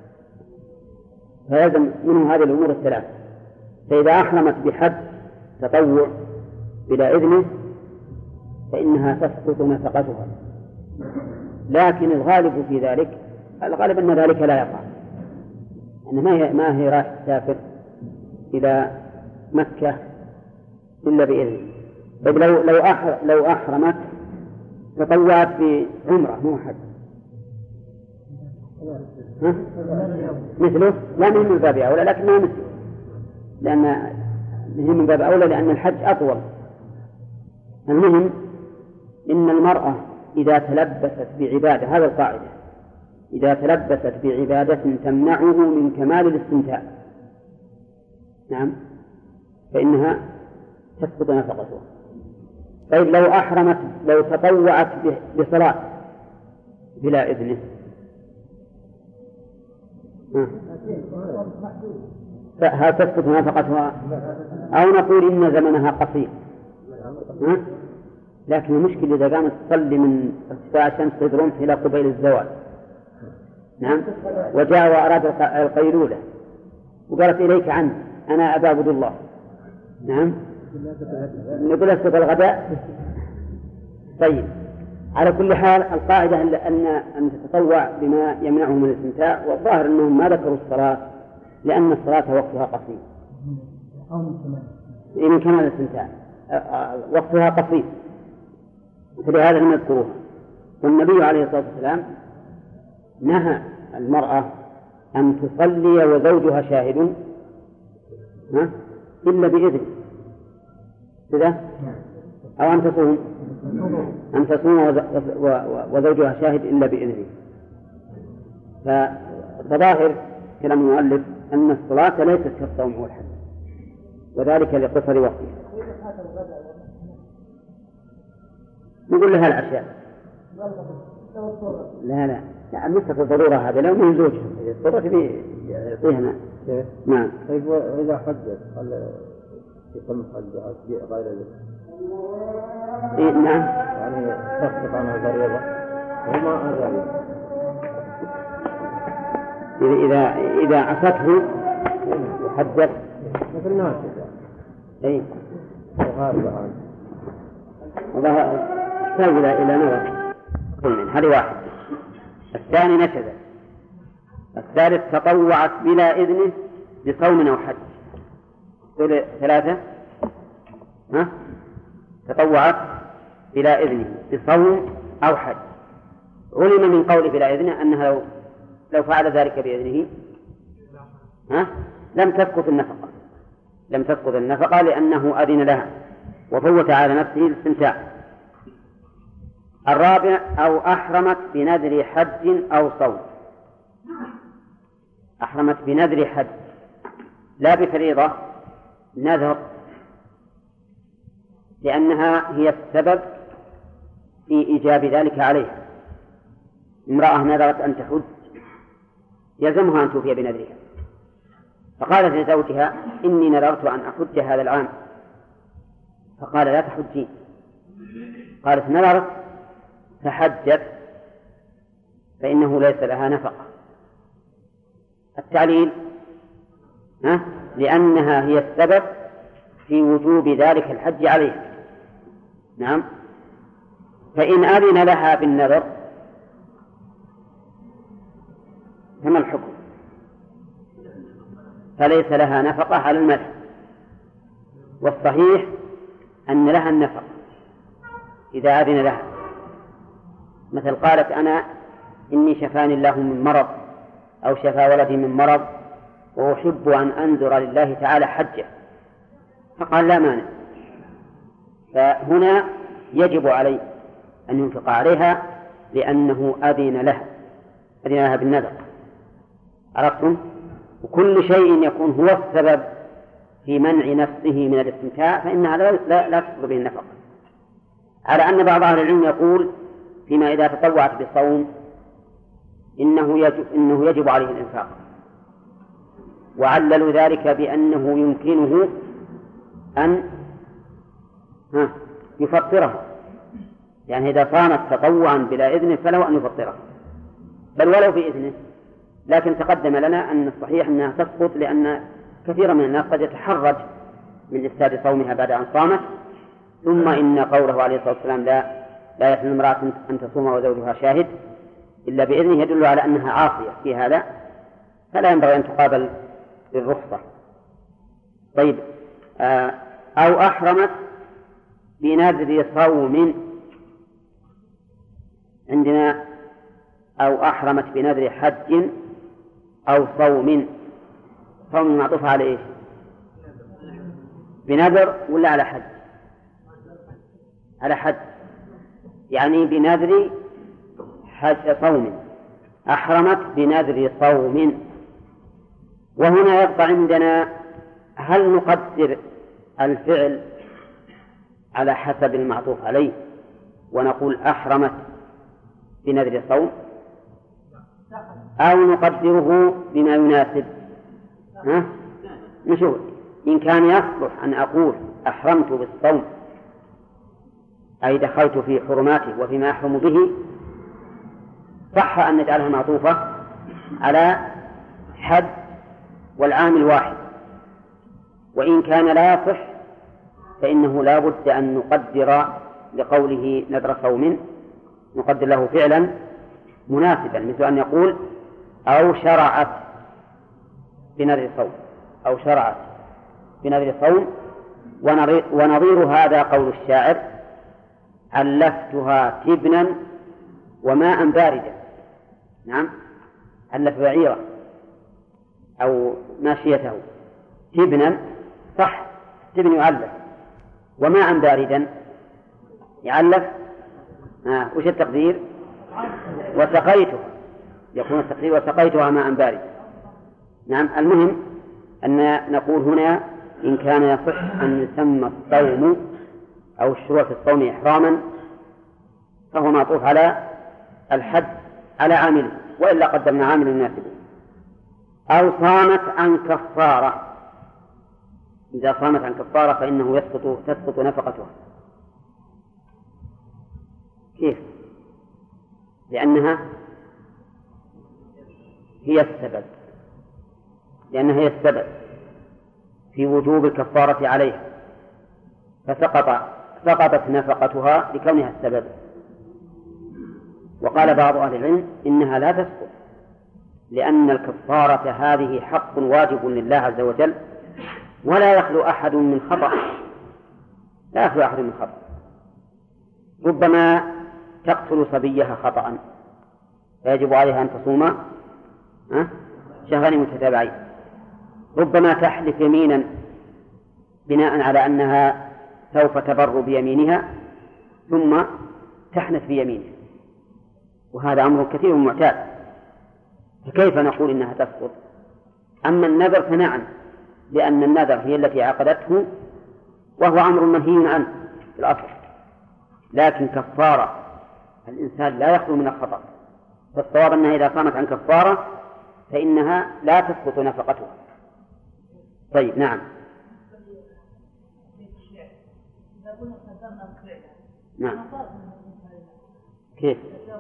فيلزم منه هذه الأمور الثلاث. فإذا أحرمت بحج تطوع بلا إذنه فإنها تسقط نفقتها، لكن الغالب في ذلك، الغالب أن ذلك لا يقع، أن ما هي راح تسافر إلى مكة إلا بإذنه. طيب لو أحرمت تطوعت بعمرة مو حج مثله، لا من باب أولى، لكنها مثله، لأن من باب أولى لأن الحج أطول. المهم إن المرأة إذا تلبست بعبادة، هذا القاعدة، إذا تلبست بعبادة تمنعه من كمال الاستمتاع نعم فإنها تسقط نفقتها. طيب لو أحرمت، لو تطوعت بصلاة بلا إذنه فهل تسقط نفقتها؟ أو نقول إن زمنها قصير، لكن المشكلة إذا قامت تصلي من ارتفاع الشمس تدرمت إلى قبيل الزوال نعم، وجاء وأراد القيلولة وقالت إليك عني أنا أبا عبد الله نعم، نقول أسقط الغداء. طيب على كل حال القاعدة أن تتطوع بما يمنعه من الاستمتاع، والظاهر أنهم ما ذكروا الصلاة لأن الصلاة وقتها قصير من كمال الاستمتاع، وقتها قصير، فلهذا لم يذكروها. والنبي عليه الصلاة والسلام نهى المرأة أن تصلي وزوجها شاهد إلا بإذن كذا، أو أن تصوم وزوجها شاهد إلا بإذنه. فظاهر كلام المؤلف أن الصلاة ليست كالصوم والحج، وذلك لقصر وقتها. نقول لها العشاء لا مثل الضرورة هذا لو من زوجها الضرورة يعطيها. نعم. طيب وإذا حجت هل يتم حجها غير ذلك؟ نعم. يعني تسقط عنها الفريضة وما أزال. إذا عصته وحجت مثل الناس. أي. وغاربة عنه. والله يحتاج إلى نظر. هذه واحد. الثاني نشذ. الثالث تطوعت بلا إذنه بصوم أو حج. دول ثلاثة. تطوعت بلا إذنه بصوم أو حج. علم من قول بلا إذنه أنها لو فعل ذلك بإذنه لم تسقط النفقة لأنه أذن لها وفوت على نفسه الاستمتاع. الرابع أو أحرمت بنذر حج أو صوم. أحرمت بنذر حج لا بفريضة، نذر، لأنها هي السبب في إيجاب ذلك عليها. امرأة نذرت أن تحج يلزمها أن توفي بنذرها، فقالت لزوجها إني نذرت أن أحج هذا العام، فقال لا تحجين. قالت نذرت فحجت فإنه ليس لها نفقة. التعليل لأنها هي السبب في وجوب ذلك الحج عليها. نعم. فإن أذن لها بالنذر فما الحكم؟ فليس لها نفقة على المذهب، والصحيح أن لها النفقة إذا أذن لها. مثل قالت أنا إني شفاني الله من مرض أو شفى ولدي من مرض وأحب أن أنذر لله تعالى حجه، فقال لا مانع، فهنا يجب علي أن ينفق عليها لأنه أذن لها بالنذر. عرفتم؟ وكل شيء يكون هو السبب في منع نفسه من الاستمتاع فإنها لا تسقط به النفقة. على أن بعض أهل العلم يقول فيما إذا تطوعت بالصوم إنه يجب عليه الإنفاق، وعللوا ذلك بأنه يمكنه أن يفطرها، يعني إذا صامت تطوعا بلا إذن فله أن يفطرها بل ولو بإذنه. لكن تقدم لنا أن الصحيح أنها تسقط، لأن كثيرا من الناس قد يتحرج من إفساد صومها بعد أن صامت. ثم إن قوله عليه الصلاة والسلام لا يحل امرأة أن تصوم وزوجها شاهد إلا بإذنه يدل على أنها عاصية في هذا، فلا ينبغي أن تقابل بالرخصة. طيب أو أحرمت بنذر صوم. عندنا أو أحرمت بنذر حج أو صوم. صوم معطوف على إيش؟ بنذر ولا على حج؟ على حج، يعني بنذر صوم. أحرمت بنذر صوم. وهنا يبقى عندنا هل نقدر الفعل على حسب المعطوف عليه ونقول أحرمت بنذر صوم، أو نقدره بما يناسب؟ نشوف. إن كان يصلح أن أقول أحرمت بالصوم أي دخلت في حرماته وفيما أحرم به، صح أن نجعلها معطوفة على حد والعام الواحد. وإن كان لا يصح فإنه لا بد أن نقدر لقوله نذر صوم، نقدر له فعلا مناسبا، مثل أن يقول أو شرعت بنذر صوم، أو شرعت بنذر صوم. ونظير هذا قول الشاعر علفتها تبنا وماء باردا. نعم، علف بعيرة أو ماشيته تبنا، صح، تبن يعلف، وماء باردا يعلف. وش التقدير؟ وسقيته، يكون التقدير وسقيتها ماء بارد. نعم، المهم أن نقول هنا إن كان يصح أن يسمى الصوم أو الشروع في الصوم إحراما فهو معطوف على الحد على عامل، وإلا قدمنا عامل يناسبه. أو صامت عن كفارة، إذا صامت عن كفارة فإنه تسقط نفقتها. كيف؟ لأنها هي السبب، لأنها هي السبب في وجوب الكفارة عليها، فسقطت نفقتها لكونها السبب. وقال بعض أهل العلم إنها لا تسقط، لأن الكفارة هذه حق واجب لله عز وجل، ولا يخلو أحد من خطأ، لا يخلو أحد من خطأ. ربما تقتل صبيها خطأ فيجب عليها أن تصوم شهرين متتابعين. ربما تحلف يمينا بناء على أنها سوف تبر بيمينها ثم تحنث بيمينها، وهذا أمر كثير معتاد، فكيف نقول إنها تسقط؟ أما النذر فنعم، لأن النذر هي التي عقدته وهو أمر منهي عنه في الأصل، لكن كفارة الإنسان لا يخلو من الخطأ، فالصواب أنها إذا قامت عن كفارة فإنها لا تسقط نفقتها. طيب، نعم. نعم. كيف؟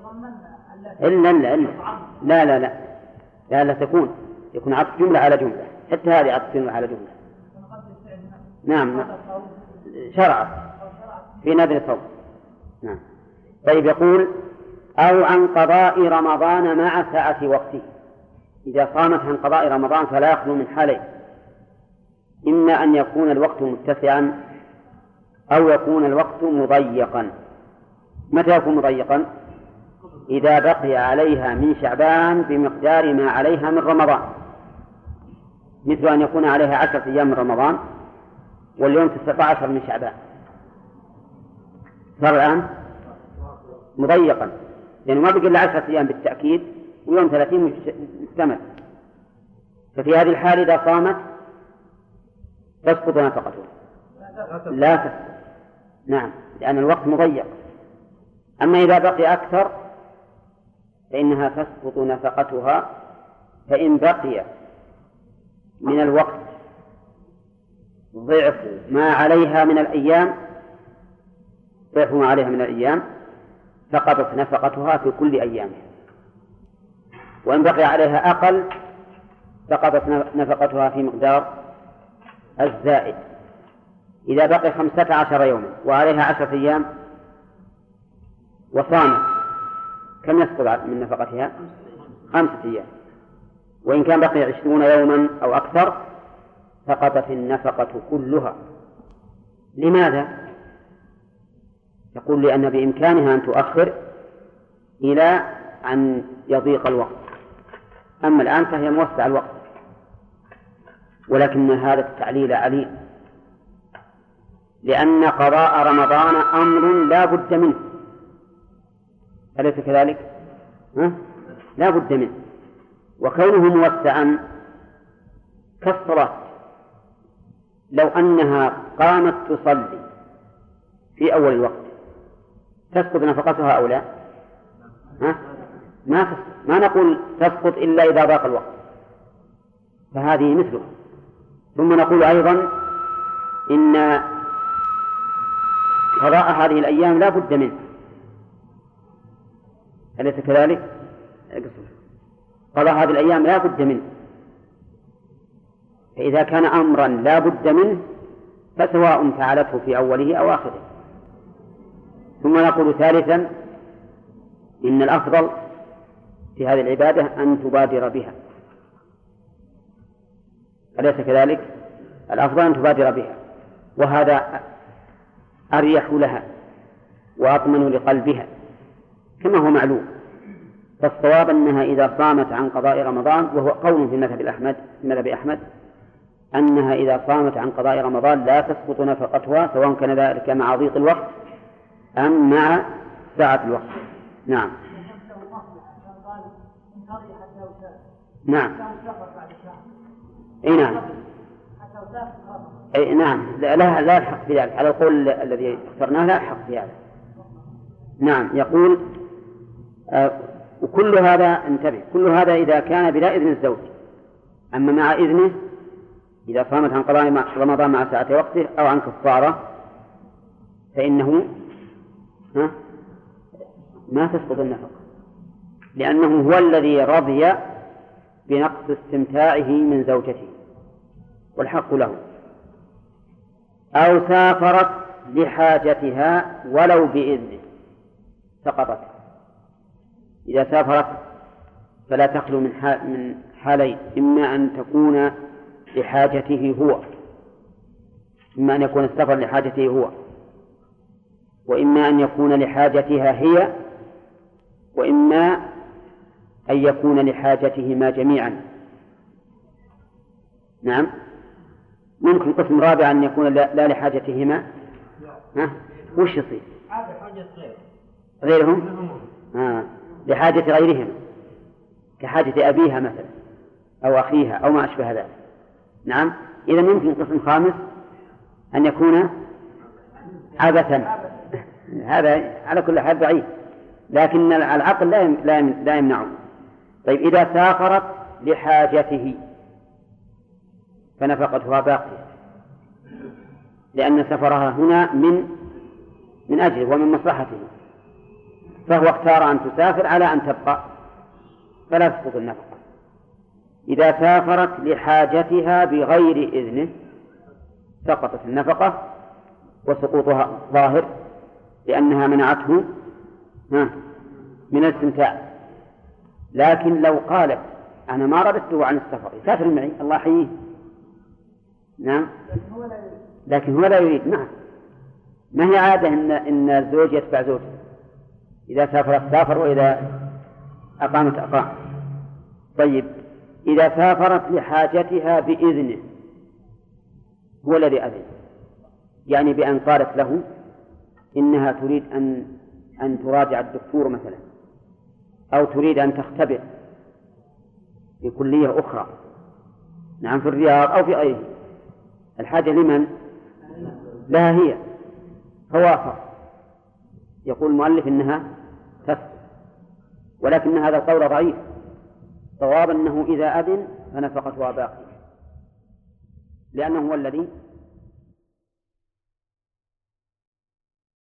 لا تكون، يكون عطف جملة على جملة، حتى هذه عطف جملة على جملة. نعم، شرع في نذر الصوم. نعم. طيب، يقول أو عن قضاء رمضان مع سعة وقته. إذا صامت عن قضاء رمضان فلا يخلو من حالين: إما أن يكون الوقت متسعا أو يكون الوقت مضيقا. متى يكون مضيقا؟ إذا بقي عليها من شعبان بمقدار ما عليها من رمضان، مثل أن يكون عليها 10 أيام من رمضان واليوم 19 من شعبان، صار الآن مضيقا، لأنه ما بقي إلا 10 أيام بالتأكيد ويوم 30 مكتمل. ففي هذه الحال إذا صامت تسقط نفقتها، لا تسقط. نعم، لأن الوقت مضيق. أما إذا بقي أكثر فإنها تسقط نفقتها، فإن بقي من الوقت ضعف ما عليها من الأيام سقطت نفقتها في كل أيامها، وإن بقي عليها أقل سقطت نفقتها في مقدار الزائد. إذا بقي 15 يوما وعليها 10 أيام وصامت، كم يسقط من نفقتها؟ 5 أيام. وإن كان بقي 20 يوما أو أكثر سقطت النفقة كلها. لماذا؟ يقول لأن بإمكانها أن تؤخر إلى أن يضيق الوقت، أما الآن فهي موسع الوقت. ولكن هذا التعليل عليل، لأن قضاء رمضان أمر لا بد منه، أليس كذلك؟ لا بد منه، وكونه موسعا كالصلاة. لو أنها قامت تصلي في أول الوقت تسقط نفقتها أو لا؟ ما نقول تسقط إلا إذا ضاق الوقت، فهذه مثله. ثم نقول أيضا إن قضاء هذه الأيام لا بد منه، أليس كذلك؟ قضاء هذه الأيام لا بد منه، فإذا كان أمرا لا بد منه فسواء فعلته في أوله أو آخره. ثم نقول ثالثا إن الأفضل في هذه العبادة أن تبادر بها، أليس كذلك؟ الأفضل أن تبادر بها، وهذا أريح لها وأطمن لقلبها، كما هو معلوم. فالصواب أنها إذا صامت عن قضاء رمضان، وهو قول في مذهب أحمد أنها إذا صامت عن قضاء رمضان لا تسقط نفقتها، سواء كان ذلك مع ضيق الوقت أم مع ساعة الوقت. نعم. نعم. أي نعم. أي نعم. لا الحق في ذلك، على القول الذي اخترناه لا الحق في هذا. نعم. يقول وكل هذا انتبه، كل هذا إذا كان بلا إذن الزوج. أما مع إذنه إذا صامت عن قضاء رمضان مع ساعة وقته أو عن كفارة فإنه ما تسقط النفقة، لأنه هو الذي رضي بنقص استمتاعه من زوجته والحق له. أو سافرت لحاجتها ولو بإذنه سقطت. إذا سافرت فلا تخلو من حالين، إما أن تكون لحاجته هو، إما أن يكون السفر لحاجته هو، وإما أن يكون لحاجتها هي، وإما أن يكون لحاجتهما جميعا. نعم. ممكن قسم رابع أن يكون لا لحاجتهما. وش يصير؟ غيرهم؟ لحاجة غيرهم كحاجة أبيها مثلا أو أخيها أو ما أشبه ذلك. نعم. إذا يمكن قسم خامس أن يكون عبثا. هذا على كل حال ضعيف، لكن العقل لا يمنعه. طيب إذا سافرت لحاجته فنفقتها باقية، لأن سفرها هنا من أجله ومن مصلحته، فهو اختار أن تسافر على أن تبقى فلا تسقط النفقة. إذا سافرت لحاجتها بغير إذنه سقطت النفقة وسقوطها ظاهر، لأنها منعته من الاستمتاع. لكن لو قالت أنا ما رددته عن السفر يسافر معي الله يحييه، نعم، لكن هو لا يريد. نعم. ما هي عادة إن الزوج يتبع زوجته، إذا سافرت سافر وإذا أقامت أقام. طيب إذا سافرت لحاجتها بإذنه، هو الذي أذن، يعني بأن قالت له إنها تريد أن تراجع الدكتور مثلا، أو تريد أن تختبر في كلية أخرى، نعم، في الرياض أو في غيره. الحاجة لمن؟ لها هي، فوافق. يقول المؤلف إنها تسقط، ولكن هذا القول ضعيف. صواب أنه إذا أذن فنفقتها باقية، لأنه هو الذي